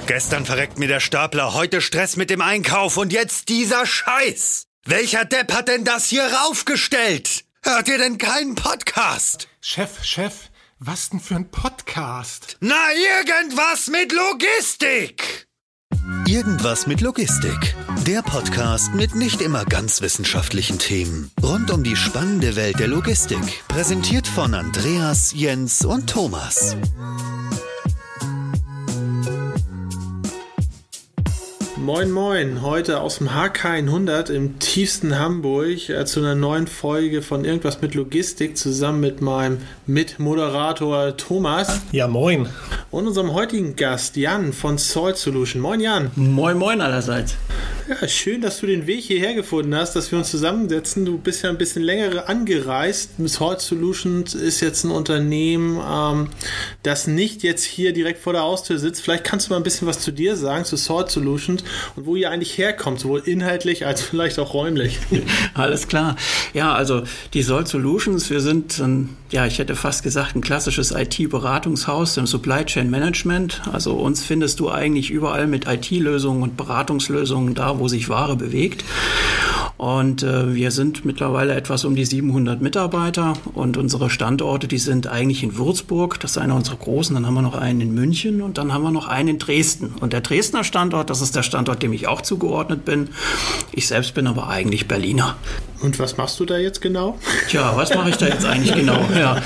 Gestern verreckt mir der Stapler, heute Stress mit dem Einkauf und jetzt dieser Scheiß. Welcher Depp hat denn das hier raufgestellt? Hört ihr denn keinen Podcast? Chef, was denn für ein Podcast? Na, irgendwas mit Logistik! Irgendwas mit Logistik. Der Podcast mit nicht immer ganz wissenschaftlichen Themen. Rund um die spannende Welt der Logistik. Präsentiert von Andreas, Jens und Thomas. Moin moin, heute aus dem HK100 im tiefsten Hamburg zu einer neuen Folge von Irgendwas mit Logistik zusammen mit meinem Mitmoderator Thomas. Ja, moin. Und unserem heutigen Gast Jan von Salt Solution. Moin Jan. Moin allerseits. Ja, schön, dass du den Weg hierher gefunden hast, dass wir uns zusammensetzen. Du bist ja ein bisschen länger angereist. Salt Solutions ist jetzt ein Unternehmen, das nicht jetzt hier direkt vor der Haustür sitzt. Vielleicht kannst du mal ein bisschen was zu dir sagen, zu Salt Solutions und wo ihr eigentlich herkommt, sowohl inhaltlich als vielleicht auch räumlich. Alles klar. Ja, also die Salt Solutions, wir sind ich hätte fast gesagt, ein klassisches IT-Beratungshaus im Supply Chain Management. Also uns findest du eigentlich überall mit IT-Lösungen und Beratungslösungen da, wo sich Ware bewegt. Und wir sind mittlerweile etwas um die 700 Mitarbeiter und unsere Standorte, die sind eigentlich in Würzburg, das ist einer unserer großen, dann haben wir noch einen in München und dann haben wir noch einen in Dresden. Und der Dresdner Standort, das ist der Standort, dem ich auch zugeordnet bin. Ich selbst bin aber eigentlich Berliner. Und was machst du da jetzt genau? Tja, was mache ich da jetzt eigentlich genau? Ja,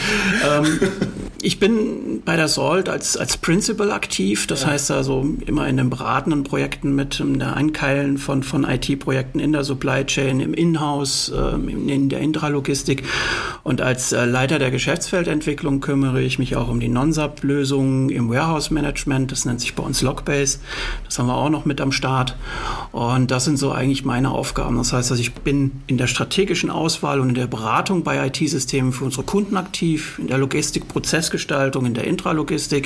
ich bin bei der Salt als Principal aktiv, das heißt also immer in den beratenden Projekten mit der Einkeilen von IT-Projekten in der Supply Chain, im Inhouse, in der Intralogistik und als Leiter der Geschäftsfeldentwicklung kümmere ich mich auch um die Non-SAP-Lösungen im Warehouse-Management, das nennt sich bei uns Logbase, das haben wir auch noch mit am Start und das sind so eigentlich meine Aufgaben, das heißt, also ich bin in der strategischen Auswahl und in der Beratung bei IT-Systemen für unsere Kunden aktiv, in der Logistik, Prozessgestaltung, in der Intralogistik,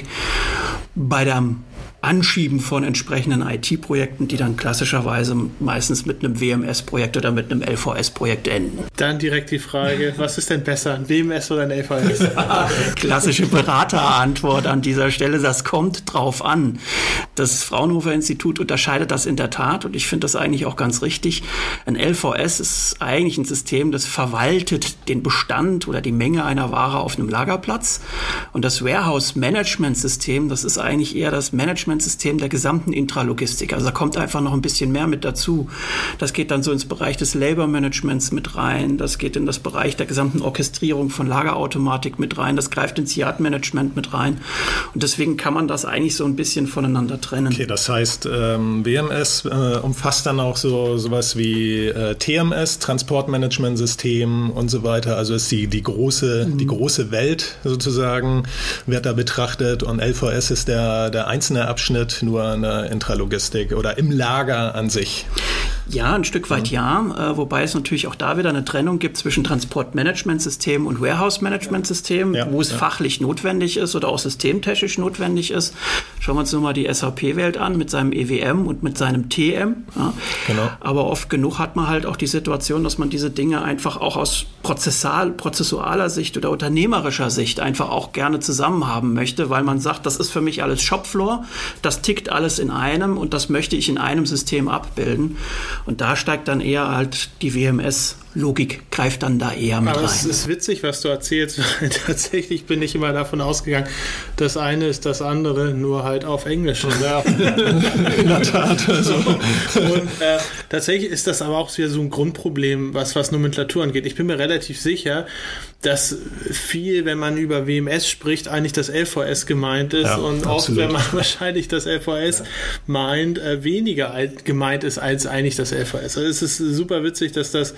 bei dem Anschieben von entsprechenden IT-Projekten, die dann klassischerweise meistens mit einem WMS-Projekt oder mit einem LVS-Projekt enden. Dann direkt die Frage, was ist denn besser, ein WMS oder ein LVS? Klassische Beraterantwort an dieser Stelle, das kommt drauf an. Das Fraunhofer-Institut unterscheidet das in der Tat und ich finde das eigentlich auch ganz richtig. Ein LVS ist eigentlich ein System, das verwaltet den Bestand oder die Menge einer Ware auf einem Lagerplatz und das Warehouse-Management-System, das ist eigentlich eher das Management-System der gesamten Intralogistik. Also da kommt einfach noch ein bisschen mehr mit dazu. Das geht dann so ins Bereich des Labor-Managements mit rein. Das geht in das Bereich der gesamten Orchestrierung von Lagerautomatik mit rein. Das greift ins Yard-Management mit rein. Und deswegen kann man das eigentlich so ein bisschen voneinander trennen. Okay, das heißt, WMS umfasst dann auch sowas wie TMS, Transportmanagementsystem und so weiter. Also ist die große Welt sozusagen, wird da betrachtet und LVS ist der einzelne Abschnitt nur eine Intralogistik oder im Lager an sich. Ja, ein Stück weit ja, wobei es natürlich auch da wieder eine Trennung gibt zwischen Transportmanagementsystem und Warehouse-Managementsystem, wo es fachlich notwendig ist oder auch systemtechnisch notwendig ist. Schauen wir uns nur mal die SAP-Welt an mit seinem EWM und mit seinem TM. Ja. Genau. Aber oft genug hat man halt auch die Situation, dass man diese Dinge einfach auch aus prozessualer Sicht oder unternehmerischer Sicht einfach auch gerne zusammen haben möchte, weil man sagt, das ist für mich alles Shopfloor, das tickt alles in einem und das möchte ich in einem System abbilden. Und da steigt dann eher halt die WMS-Logik, greift dann da eher mit rein. Aber es ist witzig, was du erzählst, weil tatsächlich bin ich immer davon ausgegangen, das eine ist das andere, nur halt auf Englisch. Ja. In der Tat. Also. Und tatsächlich ist das aber auch wieder so ein Grundproblem, was Nomenklatur angeht. Ich bin mir relativ sicher, dass viel, wenn man über WMS spricht, eigentlich das LVS gemeint ist und oft, wenn man wahrscheinlich das LVS meint, weniger gemeint ist als eigentlich das LVS. Also es ist super witzig, dass das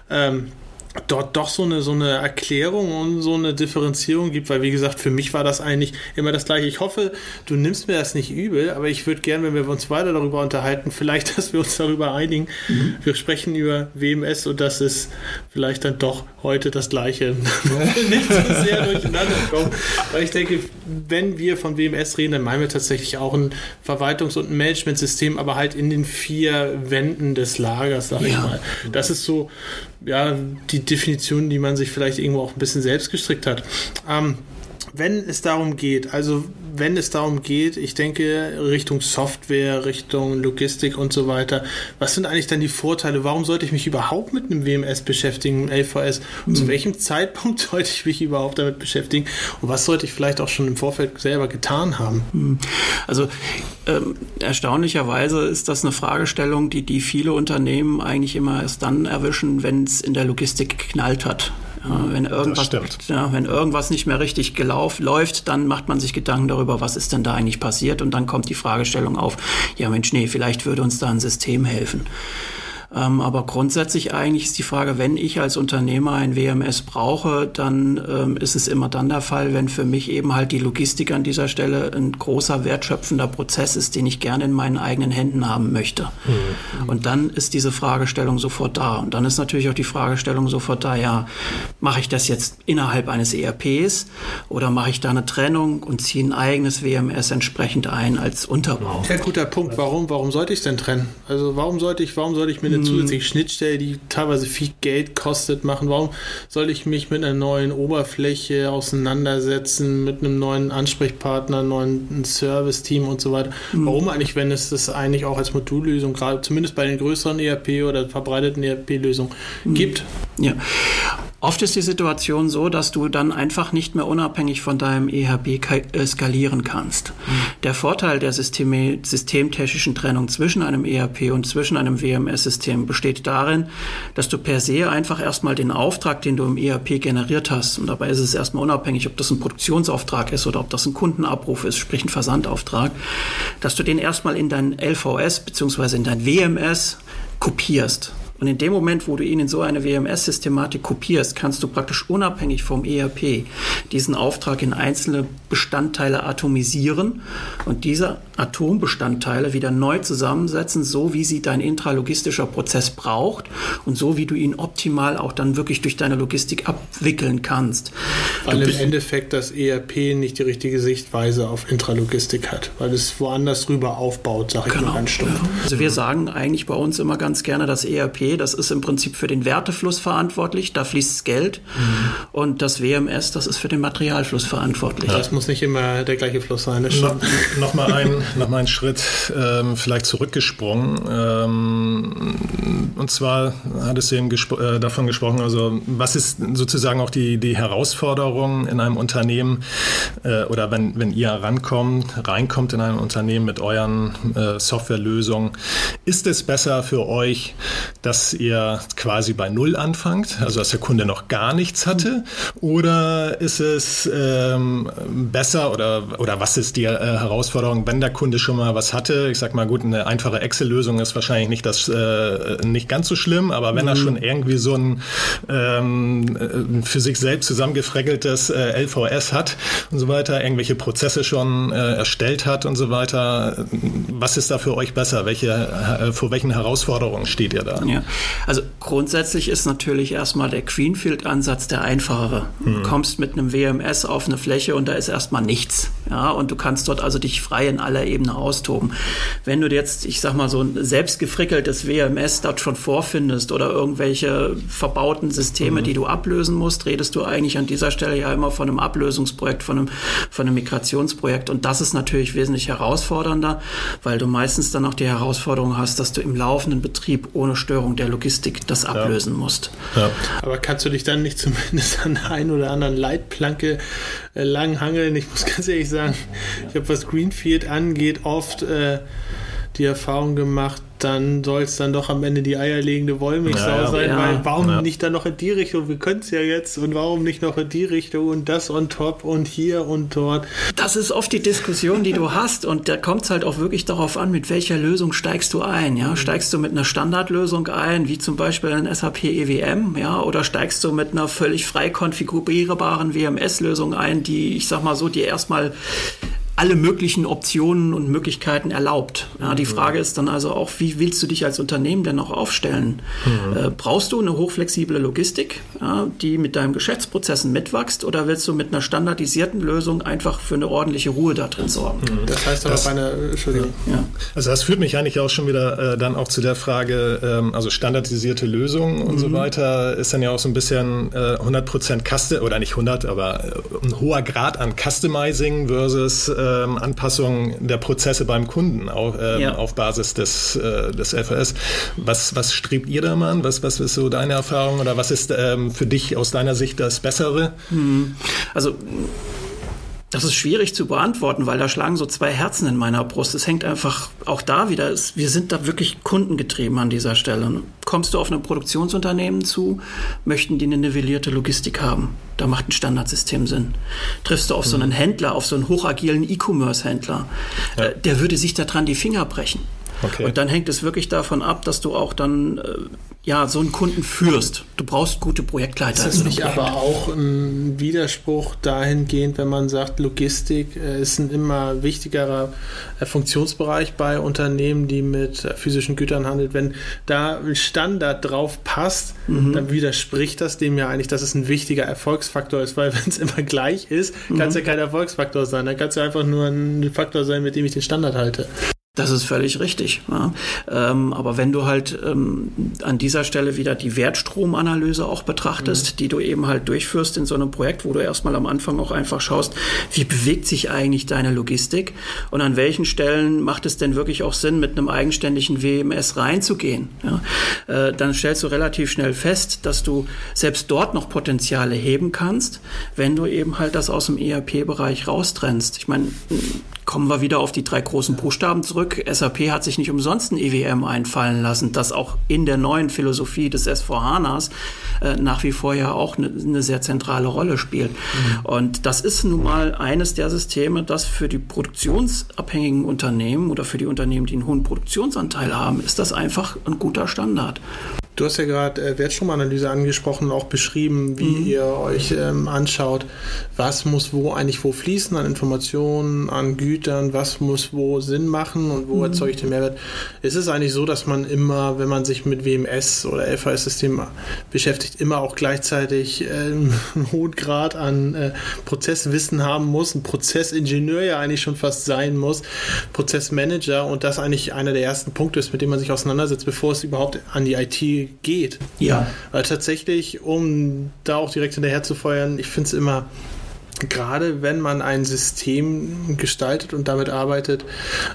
dort doch so eine Erklärung und so eine Differenzierung gibt, weil wie gesagt, für mich war das eigentlich immer das Gleiche. Ich hoffe, du nimmst mir das nicht übel, aber ich würde gerne, wenn wir uns weiter darüber unterhalten, vielleicht, dass wir uns darüber einigen. Wir sprechen über WMS und das ist vielleicht dann doch heute das Gleiche. Nicht so sehr durcheinander kommen, weil ich denke, wenn wir von WMS reden, dann meinen wir tatsächlich auch ein Verwaltungs- und ein Managementsystem, aber halt in den 4 Wänden des Lagers, sag ich mal. Das ist so, die Definition, die man sich vielleicht irgendwo auch ein bisschen selbst gestrickt hat. Wenn es darum geht, also wenn es darum geht, ich denke Richtung Software, Richtung Logistik und so weiter, was sind eigentlich dann die Vorteile? Warum sollte ich mich überhaupt mit einem WMS beschäftigen, einem LVS? Und zu welchem Zeitpunkt sollte ich mich überhaupt damit beschäftigen? Und was sollte ich vielleicht auch schon im Vorfeld selber getan haben? Also erstaunlicherweise ist das eine Fragestellung, die viele Unternehmen eigentlich immer erst dann erwischen, wenn es in der Logistik geknallt hat. Wenn irgendwas nicht mehr richtig läuft, dann macht man sich Gedanken darüber, was ist denn da eigentlich passiert, und dann kommt die Fragestellung auf, ja Mensch, nee, vielleicht würde uns da ein System helfen. Aber grundsätzlich eigentlich ist die Frage, wenn ich als Unternehmer ein WMS brauche, dann ist es immer dann der Fall, wenn für mich eben halt die Logistik an dieser Stelle ein großer wertschöpfender Prozess ist, den ich gerne in meinen eigenen Händen haben möchte. Und dann ist diese Fragestellung sofort da. Und dann ist natürlich auch die Fragestellung sofort da, ja, mache ich das jetzt innerhalb eines ERPs oder mache ich da eine Trennung und ziehe ein eigenes WMS entsprechend ein als Unterbau? Ja, guter Punkt. Warum sollte ich es denn trennen? Also warum sollte ich mir eine zusätzliche Schnittstelle, die teilweise viel Geld kostet, machen? Warum soll ich mich mit einer neuen Oberfläche auseinandersetzen, mit einem neuen Ansprechpartner, einem neuen Service-Team und so weiter? Warum eigentlich, wenn es das eigentlich auch als Modullösung, gerade zumindest bei den größeren ERP oder verbreiteten ERP-Lösungen gibt? Ja. Oft ist die Situation so, dass du dann einfach nicht mehr unabhängig von deinem ERP skalieren kannst. Der Vorteil der systemtechnischen Trennung zwischen einem ERP und zwischen einem WMS-System besteht darin, dass du per se einfach erstmal den Auftrag, den du im ERP generiert hast, und dabei ist es erstmal unabhängig, ob das ein Produktionsauftrag ist oder ob das ein Kundenabruf ist, sprich ein Versandauftrag, dass du den erstmal in dein LVS bzw. in dein WMS kopierst. Und in dem Moment, wo du ihn in so eine WMS-Systematik kopierst, kannst du praktisch unabhängig vom ERP diesen Auftrag in einzelne Bestandteile atomisieren und diese Atombestandteile wieder neu zusammensetzen, so wie sie dein intralogistischer Prozess braucht und so wie du ihn optimal auch dann wirklich durch deine Logistik abwickeln kannst. Weil im Endeffekt das ERP nicht die richtige Sichtweise auf Intralogistik hat, weil es woanders rüber aufbaut, sage ich mal ganz stumpf. Ja. Also wir sagen eigentlich bei uns immer ganz gerne, das ERP, das ist im Prinzip für den Wertefluss verantwortlich, da fließt das Geld, und das WMS, das ist für den Materialfluss verantwortlich. Ja. Das muss nicht immer der gleiche Fluss sein. Nochmal einen Schritt vielleicht zurückgesprungen. Und zwar hat es eben davon gesprochen, also was ist sozusagen auch die Herausforderung in einem Unternehmen oder wenn ihr reinkommt in ein Unternehmen mit euren Softwarelösungen, ist es besser für euch, dass ihr quasi bei Null anfangt, also dass der Kunde noch gar nichts hatte, oder ist es besser oder was ist die Herausforderung, wenn der Kunde schon mal was hatte? Ich sag mal, gut, eine einfache Excel-Lösung ist wahrscheinlich nicht ganz so schlimm, aber wenn er schon irgendwie so ein für sich selbst zusammengefräckeltes LVS hat und so weiter, irgendwelche Prozesse schon erstellt hat und so weiter, was ist da für euch besser? Vor welchen Herausforderungen steht ihr da? Ja. Also grundsätzlich ist natürlich erstmal der Greenfield-Ansatz der einfachere. Du kommst mit einem WMS auf eine Fläche und da ist erstmal nichts. Ja, und du kannst dort also dich frei in aller Ebene austoben. Wenn du jetzt, ich sag mal, so ein selbst gefrickeltes WMS dort schon vorfindest oder irgendwelche verbauten Systeme, die du ablösen musst, redest du eigentlich an dieser Stelle ja immer von einem Ablösungsprojekt, von einem Migrationsprojekt. Und das ist natürlich wesentlich herausfordernder, weil du meistens dann auch die Herausforderung hast, dass du im laufenden Betrieb ohne Störung der Logistik das ablösen musst. Ja. Aber kannst du dich dann nicht zumindest an der einen oder anderen Leitplanke langhangeln? Ich muss ganz ehrlich sagen, ich habe, was Greenfield angeht, oft die Erfahrung gemacht, dann soll es dann doch am Ende die eierlegende Wollmilchsau sein, weil warum nicht dann noch in die Richtung, wir können es ja jetzt, und warum nicht noch in die Richtung und das on top und hier und dort. Das ist oft die Diskussion, die du hast, und da kommt es halt auch wirklich darauf an, mit welcher Lösung steigst du ein. Ja? Steigst du mit einer Standardlösung ein, wie zum Beispiel ein SAP EWM, ja? Oder steigst du mit einer völlig frei konfigurierbaren WMS-Lösung ein, die, ich sag mal so, dir erstmal alle möglichen Optionen und Möglichkeiten erlaubt. Ja, die Frage ist dann also auch, wie willst du dich als Unternehmen denn noch aufstellen? Brauchst du eine hochflexible Logistik, die mit deinen Geschäftsprozessen mitwächst, oder willst du mit einer standardisierten Lösung einfach für eine ordentliche Ruhe da drin sorgen? Das heißt aber Entschuldigung. Ja. Also das führt mich eigentlich auch schon wieder dann auch zu der Frage, also standardisierte Lösungen und so weiter ist dann ja auch so ein bisschen 100% oder nicht 100, aber ein hoher Grad an Customizing versus Anpassung der Prozesse beim Kunden auf Basis des LVS. Was strebt ihr da mal an? Was ist so deine Erfahrung oder was ist für dich aus deiner Sicht das Bessere? Also das ist schwierig zu beantworten, weil da schlagen so zwei Herzen in meiner Brust. Es hängt einfach auch da wieder, wir sind da wirklich kundengetrieben an dieser Stelle. Kommst du auf ein Produktionsunternehmen zu, möchten die eine nivellierte Logistik haben. Da macht ein Standardsystem Sinn. Triffst du auf so einen Händler, auf so einen hochagilen E-Commerce-Händler, der würde sich daran die Finger brechen. Okay. Und dann hängt es wirklich davon ab, dass du auch dann so einen Kunden führst. Du brauchst gute Projektleiter. Ist das nicht aber auch ein Widerspruch dahingehend, wenn man sagt, Logistik ist ein immer wichtigerer Funktionsbereich bei Unternehmen, die mit physischen Gütern handeln. Wenn da ein Standard drauf passt, dann widerspricht das dem ja eigentlich, dass es ein wichtiger Erfolgsfaktor ist, weil wenn es immer gleich ist, kann es ja kein Erfolgsfaktor sein. Dann kann es ja einfach nur ein Faktor sein, mit dem ich den Standard halte. Das ist völlig richtig. Ja. Aber wenn du halt an dieser Stelle wieder die Wertstromanalyse auch betrachtest, die du eben halt durchführst in so einem Projekt, wo du erstmal am Anfang auch einfach schaust, wie bewegt sich eigentlich deine Logistik und an welchen Stellen macht es denn wirklich auch Sinn, mit einem eigenständigen WMS reinzugehen. Ja. Dann stellst du relativ schnell fest, dass du selbst dort noch Potenziale heben kannst, wenn du eben halt das aus dem ERP-Bereich raustrennst. Ich meine, kommen wir wieder auf die 3 großen Buchstaben zurück. SAP hat sich nicht umsonst ein EWM einfallen lassen, das auch in der neuen Philosophie des S4HANAs nach wie vor ja auch eine sehr zentrale Rolle spielt. Und das ist nun mal eines der Systeme, das für die produktionsabhängigen Unternehmen oder für die Unternehmen, die einen hohen Produktionsanteil haben, ist das einfach ein guter Standard. Du hast ja gerade Wertstromanalyse angesprochen und auch beschrieben, wie ihr euch anschaut, was muss wo eigentlich wo fließen an Informationen, an Gütern, was muss wo Sinn machen und wo erzeuge ich den Mehrwert. Ist es eigentlich so, dass man immer, wenn man sich mit WMS oder LVS-Systemen beschäftigt, immer auch gleichzeitig einen hohen Grad an Prozesswissen haben muss, ein Prozessingenieur ja eigentlich schon fast sein muss, Prozessmanager, und das eigentlich einer der ersten Punkte ist, mit dem man sich auseinandersetzt, bevor es überhaupt an die IT geht. Ja. Weil tatsächlich, um da auch direkt hinterher zu feuern, ich finde es immer, gerade wenn man ein System gestaltet und damit arbeitet,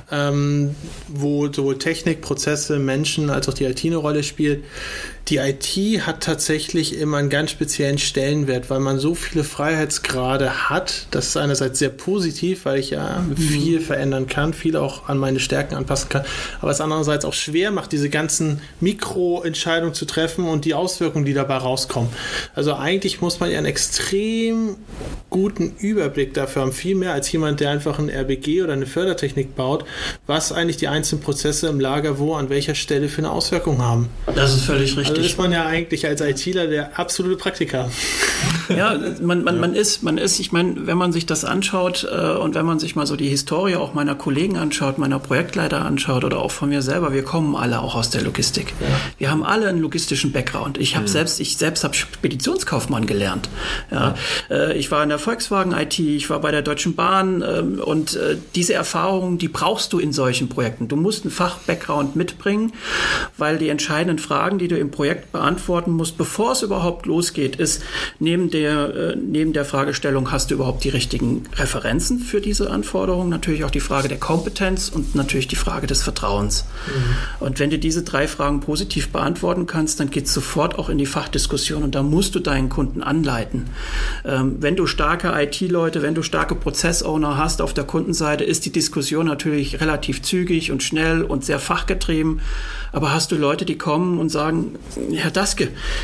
wo sowohl Technik, Prozesse, Menschen als auch die IT eine Rolle spielt, die IT hat tatsächlich immer einen ganz speziellen Stellenwert, weil man so viele Freiheitsgrade hat. Das ist einerseits sehr positiv, weil ich ja viel verändern kann, viel auch an meine Stärken anpassen kann, aber es andererseits auch schwer macht, diese ganzen Mikroentscheidungen zu treffen und die Auswirkungen, die dabei rauskommen. Also eigentlich muss man ja einen extrem guten Überblick dafür haben, viel mehr als jemand, der einfach ein RBG oder eine Fördertechnik baut, was eigentlich die einzelnen Prozesse im Lager wo an welcher Stelle für eine Auswirkung haben. Das ist völlig richtig. Also ist man ja eigentlich als ITler der absolute Praktiker. Ja, man ist, ich meine, wenn man sich das anschaut und wenn man sich mal so die Historie auch meiner Kollegen anschaut, meiner Projektleiter anschaut oder auch von mir selber, wir kommen alle auch aus der Logistik. Ja. Wir haben alle einen logistischen Background. Ich selbst habe Speditionskaufmann gelernt. Ja. Ich war in der Volkswagen IT, ich war bei der Deutschen Bahn und diese Erfahrungen, die brauchst du in solchen Projekten. Du musst einen Fach-Background mitbringen, weil die entscheidenden Fragen, die du im Projekt beantworten musst, bevor es überhaupt losgeht, ist, neben der Fragestellung, hast du überhaupt die richtigen Referenzen für diese Anforderungen, natürlich auch die Frage der Kompetenz und natürlich die Frage des Vertrauens. Und wenn du diese 3 Fragen positiv beantworten kannst, dann geht es sofort auch in die Fachdiskussion und da musst du deinen Kunden anleiten. Wenn du starke IT-Leute, wenn du starke Prozess-Owner hast auf der Kundenseite, ist die Diskussion natürlich relativ zügig und schnell und sehr fachgetrieben. Aber hast du Leute, die kommen und sagen, Herr Daske,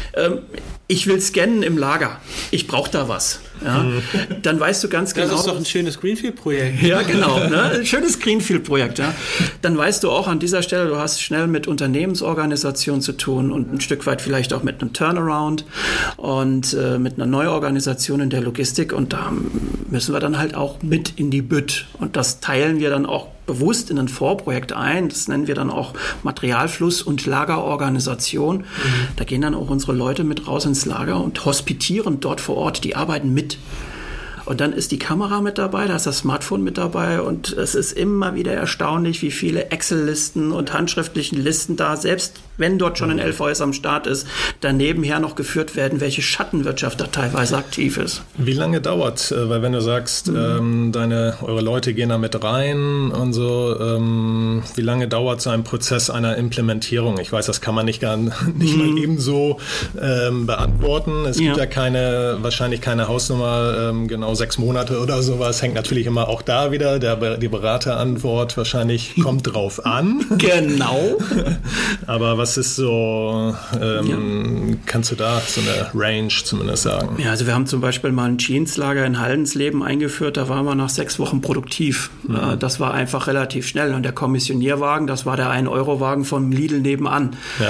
ich will scannen im Lager, ich brauche da was. Ja? Dann weißt du ganz genau. Das ist doch ein schönes Greenfield-Projekt. Ja, genau. Ne? Ein schönes Greenfield-Projekt. Ja? Dann weißt du auch an dieser Stelle, du hast schnell mit Unternehmensorganisation zu tun und ein Stück weit vielleicht auch mit einem Turnaround und mit einer Neuorganisation in der Logistik. Und da müssen wir dann halt auch mit in die Bütt. Und das teilen wir dann auch bewusst in ein Vorprojekt ein. Das nennen wir dann auch Materialfluss und Lagerorganisation. Da gehen dann auch unsere Leute mit raus ins Lager und hospitieren dort vor Ort. Die arbeiten mit. Und dann ist die Kamera mit dabei, da ist das Smartphone mit dabei und es ist immer wieder erstaunlich, wie viele Excel-Listen und handschriftlichen Listen da, selbst wenn dort schon ein LVS am Start ist, danebenher noch geführt werden, welche Schattenwirtschaft da teilweise aktiv ist. Wie lange dauert, weil wenn du sagst, eure Leute gehen da mit rein und so, wie lange dauert so ein Prozess einer Implementierung? Ich weiß, das kann man nicht mal ebenso beantworten. Es gibt ja wahrscheinlich keine Hausnummer, genau 6 Monate oder sowas. Hängt natürlich immer auch da wieder, die Beraterantwort wahrscheinlich kommt drauf an. Genau. Aber was ist so, kannst du da so eine Range zumindest sagen? Ja, also wir haben zum Beispiel mal ein Jeanslager in Haldensleben eingeführt, da waren wir nach 6 Wochen produktiv. Das war einfach relativ schnell und der Kommissionierwagen, das war der 1-Euro-Wagen vom Lidl nebenan.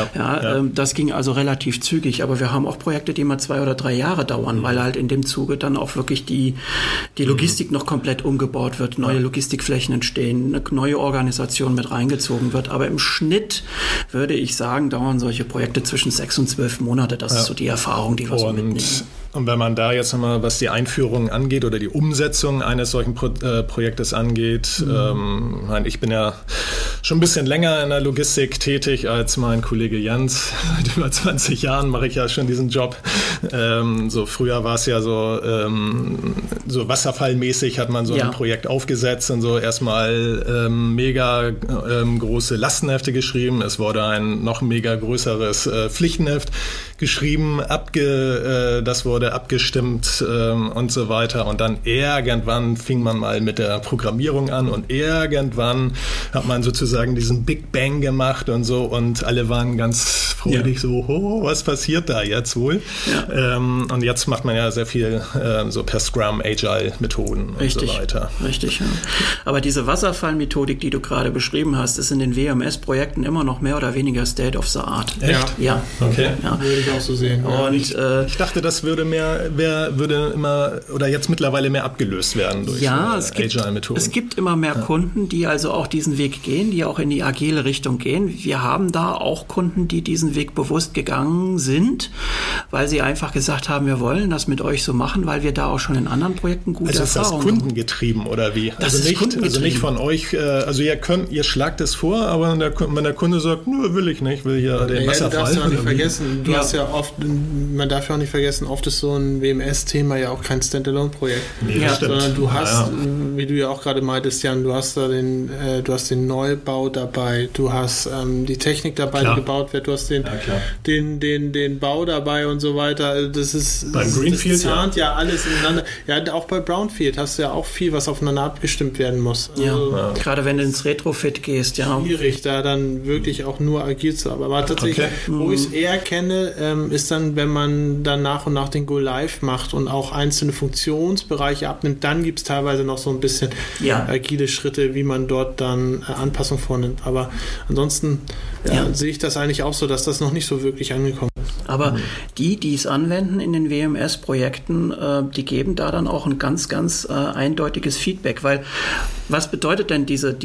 Das ging also relativ zügig, aber wir haben auch Projekte, die mal 2 oder 3 Jahre dauern, weil halt in dem Zuge dann auch wirklich die Logistik noch komplett umgebaut wird, neue Logistikflächen entstehen, eine neue Organisation mit reingezogen wird, aber im Schnitt würde ich sagen, dauern solche Projekte zwischen 6 und 12 Monate. Das ist so die Erfahrung, die wir so mitnehmen. Und wenn man da jetzt nochmal, was die Einführung angeht oder die Umsetzung eines solchen Projektes angeht, ich bin ja schon ein bisschen länger in der Logistik tätig als mein Kollege Jens. Seit über 20 Jahren mache ich ja schon diesen Job. So früher war es ja so wasserfallmäßig, hat man so ein Projekt aufgesetzt und so erstmal mega große Lastenhefte geschrieben. Es wurde ein noch mega größeres Pflichtenheft geschrieben, das wurde abgestimmt und so weiter. Und dann irgendwann fing man mal mit der Programmierung an und irgendwann hat man sozusagen diesen Big Bang gemacht und so und alle waren ganz freudig so, was passiert da jetzt wohl? Ja. Und jetzt macht man ja sehr viel so per Scrum, Agile-Methoden und so weiter. Richtig, ja. Aber diese Wasserfallmethodik, die du gerade beschrieben hast, ist in den WMS-Projekten immer noch mehr oder weniger State of the Art. Echt? Ja. Okay. Ja. Würde ich auch so sehen. Und ich dachte, das würde immer oder jetzt mittlerweile mehr abgelöst werden durch Agile-Methoden. Es gibt immer mehr Kunden, die also auch diesen Weg gehen, die auch in die agile Richtung gehen. Wir haben da auch Kunden, die diesen Weg bewusst gegangen sind, weil sie einfach gesagt haben, wir wollen das mit euch so machen, weil wir da auch schon in anderen Projekten gute Erfahrungen haben. Ist das kundengetrieben oder wie? Das ist nicht von euch, also ihr schlagt es vor, aber wenn der Kunde sagt, nö, will ich nicht, will hier den Wasserfall. Du darfst ja auch nicht vergessen, man darf ja auch nicht vergessen, oft ist so ein WMS-Thema ja auch kein Standalone-Projekt. Nee, sondern du hast, wie du ja auch gerade meintest, Jan, du hast da den Neubau dabei, du hast die Technik dabei, die gebaut wird, du hast den Bau dabei und so weiter. Das ist beim Greenfield das zahnt ja alles ineinander. Ja, auch bei Brownfield hast du ja auch viel, was aufeinander abgestimmt werden muss. Also gerade wenn du ins Retrofit gehst, schwierig, da dann wirklich auch nur agil zu arbeiten. Aber tatsächlich, wo ich es eher kenne, ist dann, wenn man dann nach und nach den Go-Live macht und auch einzelne Funktionsbereiche abnimmt, dann gibt es teilweise noch so ein bisschen agile Schritte, wie man dort dann Anpassungen vornimmt. Aber ansonsten sehe ich das eigentlich auch so, dass das noch nicht so wirklich angekommen ist. Aber die es anwenden in den WMS-Projekten, die geben da dann auch ein ganz, ganz eindeutiges Feedback, weil was bedeutet denn diese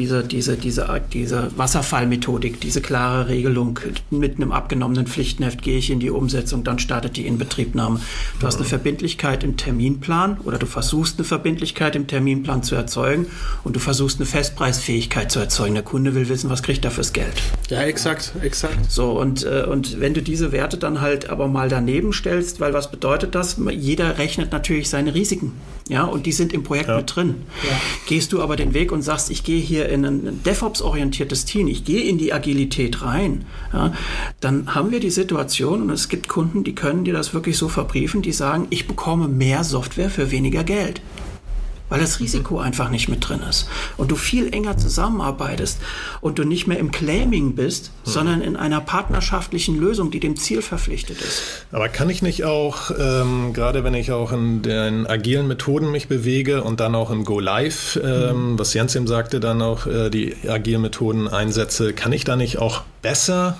Wasserfallmethodik, diese klare Regelung, mit einem abgenommenen Pflichtenheft gehe ich in die Umsetzung, dann startet die Inbetriebnahme. Du hast eine Verbindlichkeit im Terminplan oder du versuchst eine Verbindlichkeit im Terminplan zu erzeugen und du versuchst eine Festpreisfähigkeit zu erzeugen. Der Kunde will wissen, was kriegt er fürs Geld. Ja, exakt. So, und wenn du diese Werte dann halt aber mal daneben stellst, weil was bedeutet das? Jeder rechnet natürlich seine Risiken, und die sind im Projekt mit drin. Ja. Gehst du aber den Weg und sagst, ich gehe hier in ein DevOps-orientiertes Team, ich gehe in die Agilität rein, dann haben wir die Situation und es gibt Kunden, die können dir das wirklich so verbriefen, die sagen, ich bekomme mehr Software für weniger Geld. Weil das Risiko einfach nicht mit drin ist. Und du viel enger zusammenarbeitest und du nicht mehr im Claiming bist, sondern in einer partnerschaftlichen Lösung, die dem Ziel verpflichtet ist. Aber kann ich nicht auch, gerade wenn ich auch in den agilen Methoden mich bewege und dann auch im Go-Live, was Jens eben sagte, dann auch die agilen Methoden einsetze, kann ich da nicht auch besser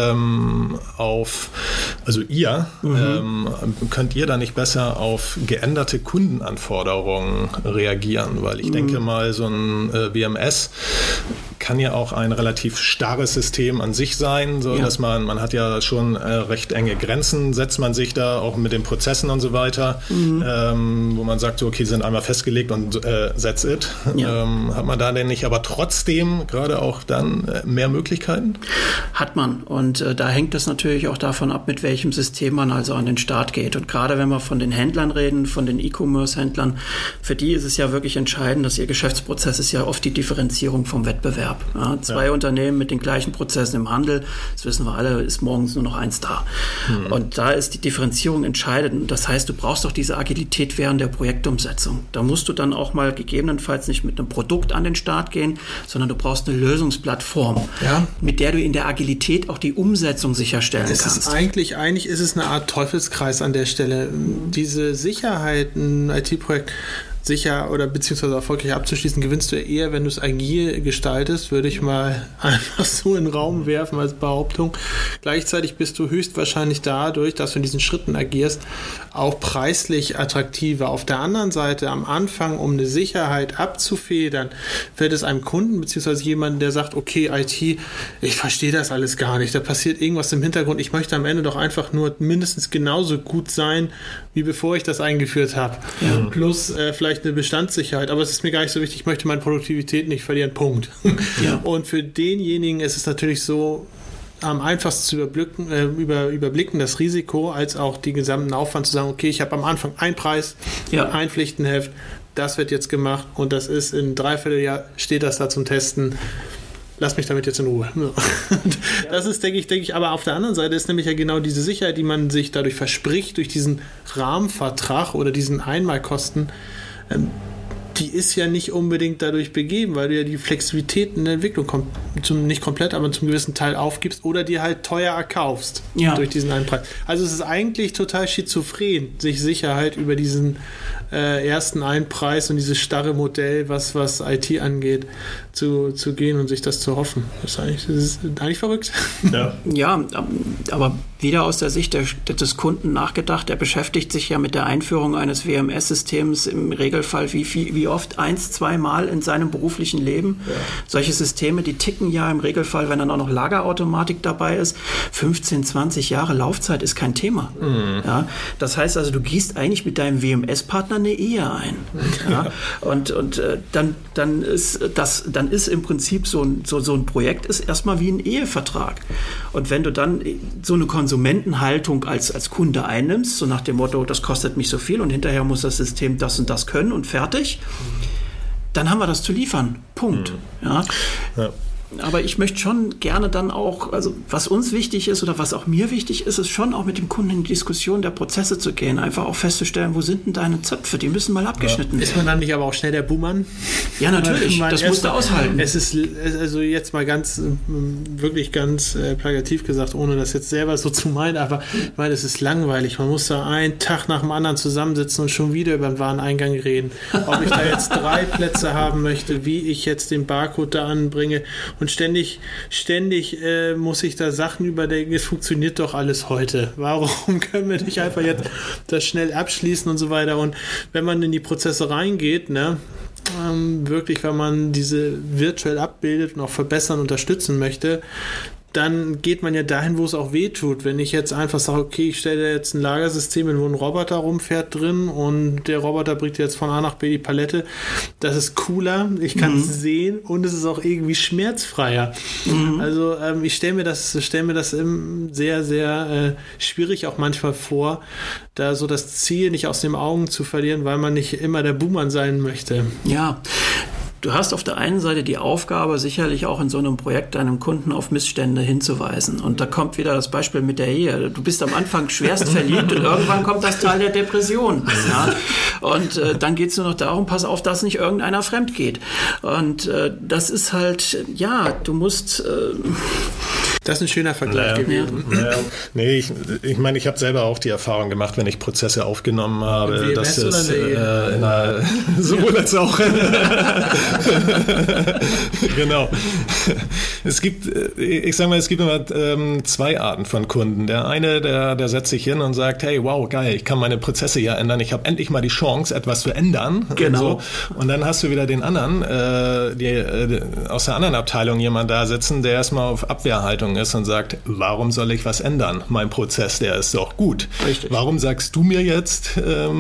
könnt ihr da nicht besser auf geänderte Kundenanforderungen reagieren? Weil ich denke mal, so ein WMS kann ja auch ein relativ starres System an sich sein, so dass man hat ja schon recht enge Grenzen, setzt man sich da auch mit den Prozessen und so weiter, wo man sagt, so, okay, sind einmal festgelegt und that's it. Hat man da denn nicht, aber trotzdem gerade auch dann mehr Möglichkeiten? Hat man. Und da hängt es natürlich auch davon ab, mit welchem System man also an den Start geht. Und gerade wenn wir von den Händlern reden, von den E-Commerce-Händlern, für die ist es ja wirklich entscheidend, dass ihr Geschäftsprozess ist ja oft die Differenzierung vom Wettbewerb. Ja, zwei Unternehmen mit den gleichen Prozessen im Handel, das wissen wir alle, ist morgens nur noch eins da. Und da ist die Differenzierung entscheidend. Und das heißt, du brauchst auch diese Agilität während der Projektumsetzung. Da musst du dann auch mal gegebenenfalls nicht mit einem Produkt an den Start gehen, sondern du brauchst eine Lösungsplattform, mit der du in der Agilität auch die Umsetzung sicherstellen kannst. Eigentlich ist es eine Art Teufelskreis an der Stelle. Diese Sicherheit, ein IT-Projekt sicher oder beziehungsweise erfolgreich abzuschließen, gewinnst du eher, wenn du es agil gestaltest, würde ich mal einfach so in den Raum werfen als Behauptung. Gleichzeitig bist du höchstwahrscheinlich dadurch, dass du in diesen Schritten agierst, auch preislich attraktiver. Auf der anderen Seite, am Anfang, um eine Sicherheit abzufedern, fällt es einem Kunden beziehungsweise jemandem, der sagt, okay, IT, ich verstehe das alles gar nicht, da passiert irgendwas im Hintergrund, ich möchte am Ende doch einfach nur mindestens genauso gut sein, wie bevor ich das eingeführt habe. Plus vielleicht eine Bestandssicherheit, aber es ist mir gar nicht so wichtig, ich möchte meine Produktivität nicht verlieren, Punkt. Und für denjenigen ist es natürlich so, am einfachsten zu überblicken das Risiko, als auch die gesamten Aufwand zu sagen, okay, ich habe am Anfang einen Preis, ein Pflichtenheft, das wird jetzt gemacht und das ist in 3/4 Jahr, steht das da zum Testen. Lass mich damit jetzt in Ruhe. Das ist, denke ich, aber auf der anderen Seite ist nämlich ja genau diese Sicherheit, die man sich dadurch verspricht, durch diesen Rahmenvertrag oder diesen Einmalkosten, die ist ja nicht unbedingt dadurch begeben, weil du ja die Flexibilität in der Entwicklung nicht komplett, aber zum gewissen Teil aufgibst oder dir halt teuer erkaufst durch diesen einen Preis. Also es ist eigentlich total schizophren, sich Sicherheit über diesen ersten Einpreis und dieses starre Modell, was IT angeht, zu gehen und sich das zu hoffen. Das ist eigentlich verrückt. Ja, aber wieder aus der Sicht des Kunden nachgedacht, der beschäftigt sich ja mit der Einführung eines WMS-Systems im Regelfall wie oft 1-2 Mal in seinem beruflichen Leben. Solche Systeme, die ticken ja im Regelfall, wenn dann auch noch Lagerautomatik dabei ist, 15, 20 Jahre Laufzeit ist kein Thema. Ja, das heißt also, du gehst eigentlich mit deinem WMS-Partner eine Ehe ein. Und dann ist im Prinzip so ein Projekt ist erstmal wie ein Ehevertrag. Und wenn du dann so eine Konsumentenhaltung als Kunde einnimmst, so nach dem Motto, das kostet mich so viel und hinterher muss das System das und das können und fertig, dann haben wir das zu liefern. Punkt. Ja. Aber ich möchte schon gerne dann auch, also was uns wichtig ist oder was auch mir wichtig ist, ist schon auch mit dem Kunden in die Diskussion der Prozesse zu gehen, einfach auch festzustellen, wo sind denn deine Zöpfe, die müssen mal abgeschnitten werden. Ist man dann nicht aber auch schnell der Buhmann? Ja, natürlich, das musst du aushalten. Es ist, also jetzt mal wirklich ganz plakativ gesagt, ohne das jetzt selber so zu meinen, aber ich meine, es ist langweilig, man muss da einen Tag nach dem anderen zusammensitzen und schon wieder über den Wareneingang reden, ob ich da jetzt 3 Plätze haben möchte, wie ich jetzt den Barcode da anbringe. Und ständig muss ich da Sachen überdenken, es funktioniert doch alles heute. Warum können wir nicht einfach jetzt das schnell abschließen und so weiter? Und wenn man in die Prozesse reingeht, wirklich, wenn man diese virtuell abbildet und auch verbessern, unterstützen möchte, dann geht man ja dahin, wo es auch weh tut. Wenn ich jetzt einfach sage, okay, ich stelle jetzt ein Lagersystem hin, wo ein Roboter rumfährt drin und der Roboter bringt jetzt von A nach B die Palette, das ist cooler, ich kann es sehen und es ist auch irgendwie schmerzfreier. Also ich stelle mir das sehr, sehr schwierig auch manchmal vor, da so das Ziel nicht aus den Augen zu verlieren, weil man nicht immer der Buhmann sein möchte. Ja. Du hast auf der einen Seite die Aufgabe, sicherlich auch in so einem Projekt deinem Kunden auf Missstände hinzuweisen. Und da kommt wieder das Beispiel mit der Ehe. Du bist am Anfang schwerst verliebt und irgendwann kommt das Tal der Depression. Ja? Und dann geht es nur noch darum, pass auf, dass nicht irgendeiner fremd geht. Und das ist halt, ja, du musst Das ist ein schöner Vergleich gewesen. Naja. Nee, ich meine, ich habe selber auch die Erfahrung gemacht, wenn ich Prozesse aufgenommen habe, dass es sowohl als auch. Genau. Es gibt immer zwei Arten von Kunden. Der eine, der setzt sich hin und sagt, hey, wow, geil, ich kann meine Prozesse ja ändern, ich habe endlich mal die Chance, etwas zu ändern. Genau. Und dann hast du wieder den anderen, aus der anderen Abteilung jemand da sitzen, der erstmal auf Abwehrhaltung ist und sagt, warum soll ich was ändern? Mein Prozess, der ist doch gut. Richtig. Warum sagst du mir jetzt,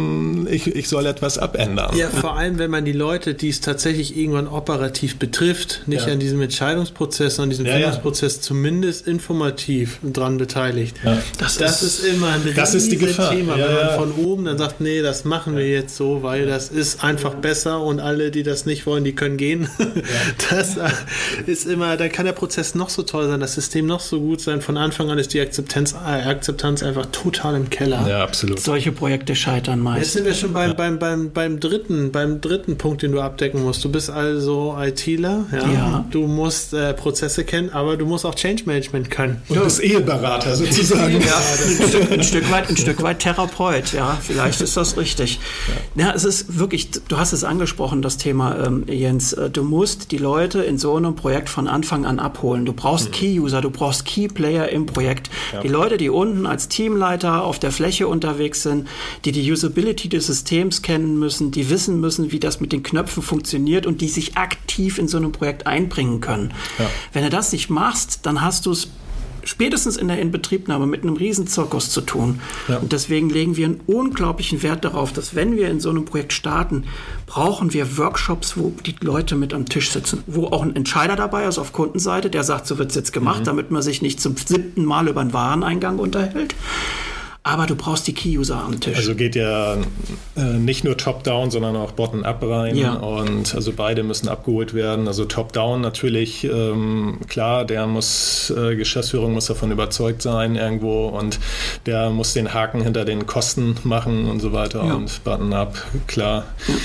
ich soll etwas abändern? Ja, vor allem, wenn man die Leute, die es tatsächlich irgendwann operativ betrifft, nicht an diesem Entscheidungsprozess, sondern diesem Findungsprozess zumindest informativ dran beteiligt. Ja. Das ist immer ein riesiges Thema, wenn man von oben dann sagt, nee, das machen wir jetzt so, weil das ist einfach besser und alle, die das nicht wollen, die können gehen. Ja. Das ist immer, da kann der Prozess noch so toll sein, das System noch so gut sein, von Anfang an ist die Akzeptanz einfach total im Keller. Ja, absolut. Solche Projekte scheitern meist. Jetzt sind wir schon beim dritten Punkt, den du abdecken musst. Du bist also ITler, du musst Prozesse kennen, aber du musst auch Change Management können. Und du bist Eheberater sozusagen. Ein Stück weit Therapeut, ja, vielleicht ist das richtig. Ja, es ist wirklich, du hast es angesprochen, das Thema, Jens, du musst die Leute in so einem Projekt von Anfang an abholen. Du brauchst Key-User, du brauchst Key-Player im Projekt. Ja. Die Leute, die unten als Teamleiter auf der Fläche unterwegs sind, die Usability des Systems kennen müssen, die wissen müssen, wie das mit den Knöpfen funktioniert und die sich aktiv in so einem Projekt einbringen können. Ja. Wenn du das nicht machst, dann hast du es spätestens in der Inbetriebnahme mit einem riesen Zirkus zu tun. Ja. Und deswegen legen wir einen unglaublichen Wert darauf, dass wenn wir in so einem Projekt starten, brauchen wir Workshops, wo die Leute mit am Tisch sitzen, wo auch ein Entscheider dabei ist auf Kundenseite, der sagt, so wird es jetzt gemacht, damit man sich nicht zum 7. Mal über einen Wareneingang unterhält. Aber du brauchst die Key-User am Tisch. Also geht ja nicht nur Top-Down, sondern auch Bottom-Up rein. Ja. Und also beide müssen abgeholt werden. Also Top-Down natürlich, klar, Geschäftsführung muss davon überzeugt sein irgendwo und der muss den Haken hinter den Kosten machen und so weiter. Ja. Und Bottom-Up, klar,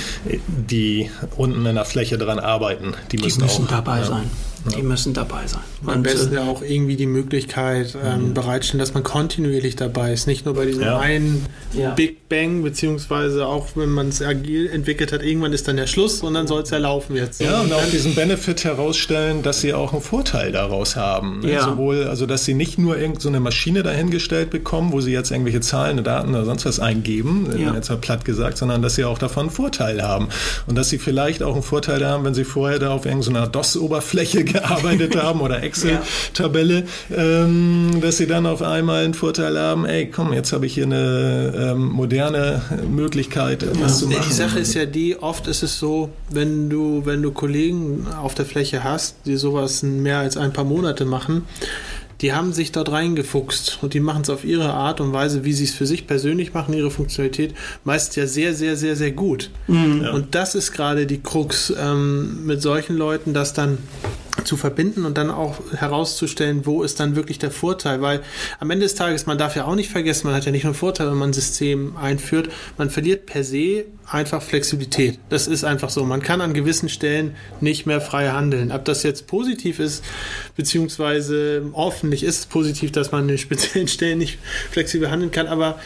die unten in der Fläche dran arbeiten, die müssen auch dabei sein. Die müssen dabei sein. Am besten ja auch irgendwie die Möglichkeit bereitstellen, dass man kontinuierlich dabei ist. Nicht nur bei diesem einen Big Bang, beziehungsweise auch wenn man es agil entwickelt hat, irgendwann ist dann der Schluss und dann soll es ja laufen jetzt. Ja, und auch diesen Benefit herausstellen, dass sie auch einen Vorteil daraus haben. Ja. Sowohl, also dass sie nicht nur irgend so eine Maschine dahingestellt bekommen, wo sie jetzt irgendwelche Zahlen, Daten oder sonst was eingeben, jetzt mal platt gesagt, sondern dass sie auch davon einen Vorteil haben. Und dass sie vielleicht auch einen Vorteil haben, wenn sie vorher da auf irgendeiner DOS-Oberfläche gearbeitet haben oder Excel-Tabelle, dass sie dann auf einmal einen Vorteil haben, ey, komm, jetzt habe ich hier eine moderne Möglichkeit, was zu machen. Die Sache ist ja oft ist es so, wenn du Kollegen auf der Fläche hast, die sowas mehr als ein paar Monate machen, die haben sich dort reingefuchst und die machen es auf ihre Art und Weise, wie sie es für sich persönlich machen, ihre Funktionalität, meist ja sehr, sehr, sehr, sehr gut. Mhm. Und das ist gerade die Krux mit solchen Leuten, das dann zu verbinden und dann auch herauszustellen, wo ist dann wirklich der Vorteil, weil am Ende des Tages, man darf ja auch nicht vergessen, man hat ja nicht nur einen Vorteil, wenn man ein System einführt, man verliert per se einfach Flexibilität. Das ist einfach so. Man kann an gewissen Stellen nicht mehr frei handeln. Ob das jetzt positiv ist, beziehungsweise hoffentlich ist es positiv, dass man an speziellen Stellen nicht flexibel handeln kann, aber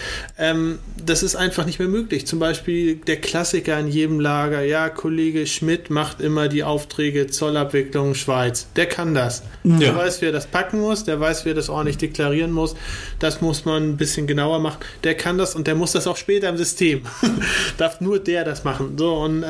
das ist einfach nicht mehr möglich. Zum Beispiel der Klassiker in jedem Lager, Kollege Schmidt macht immer die Aufträge Zollabwicklung Schweiz. Der kann das. Ja. Der weiß, wie er das packen muss, der weiß, wie er das ordentlich deklarieren muss. Das muss man ein bisschen genauer machen. Der kann das und der muss das auch später im System. Darf nur der das machen. So, und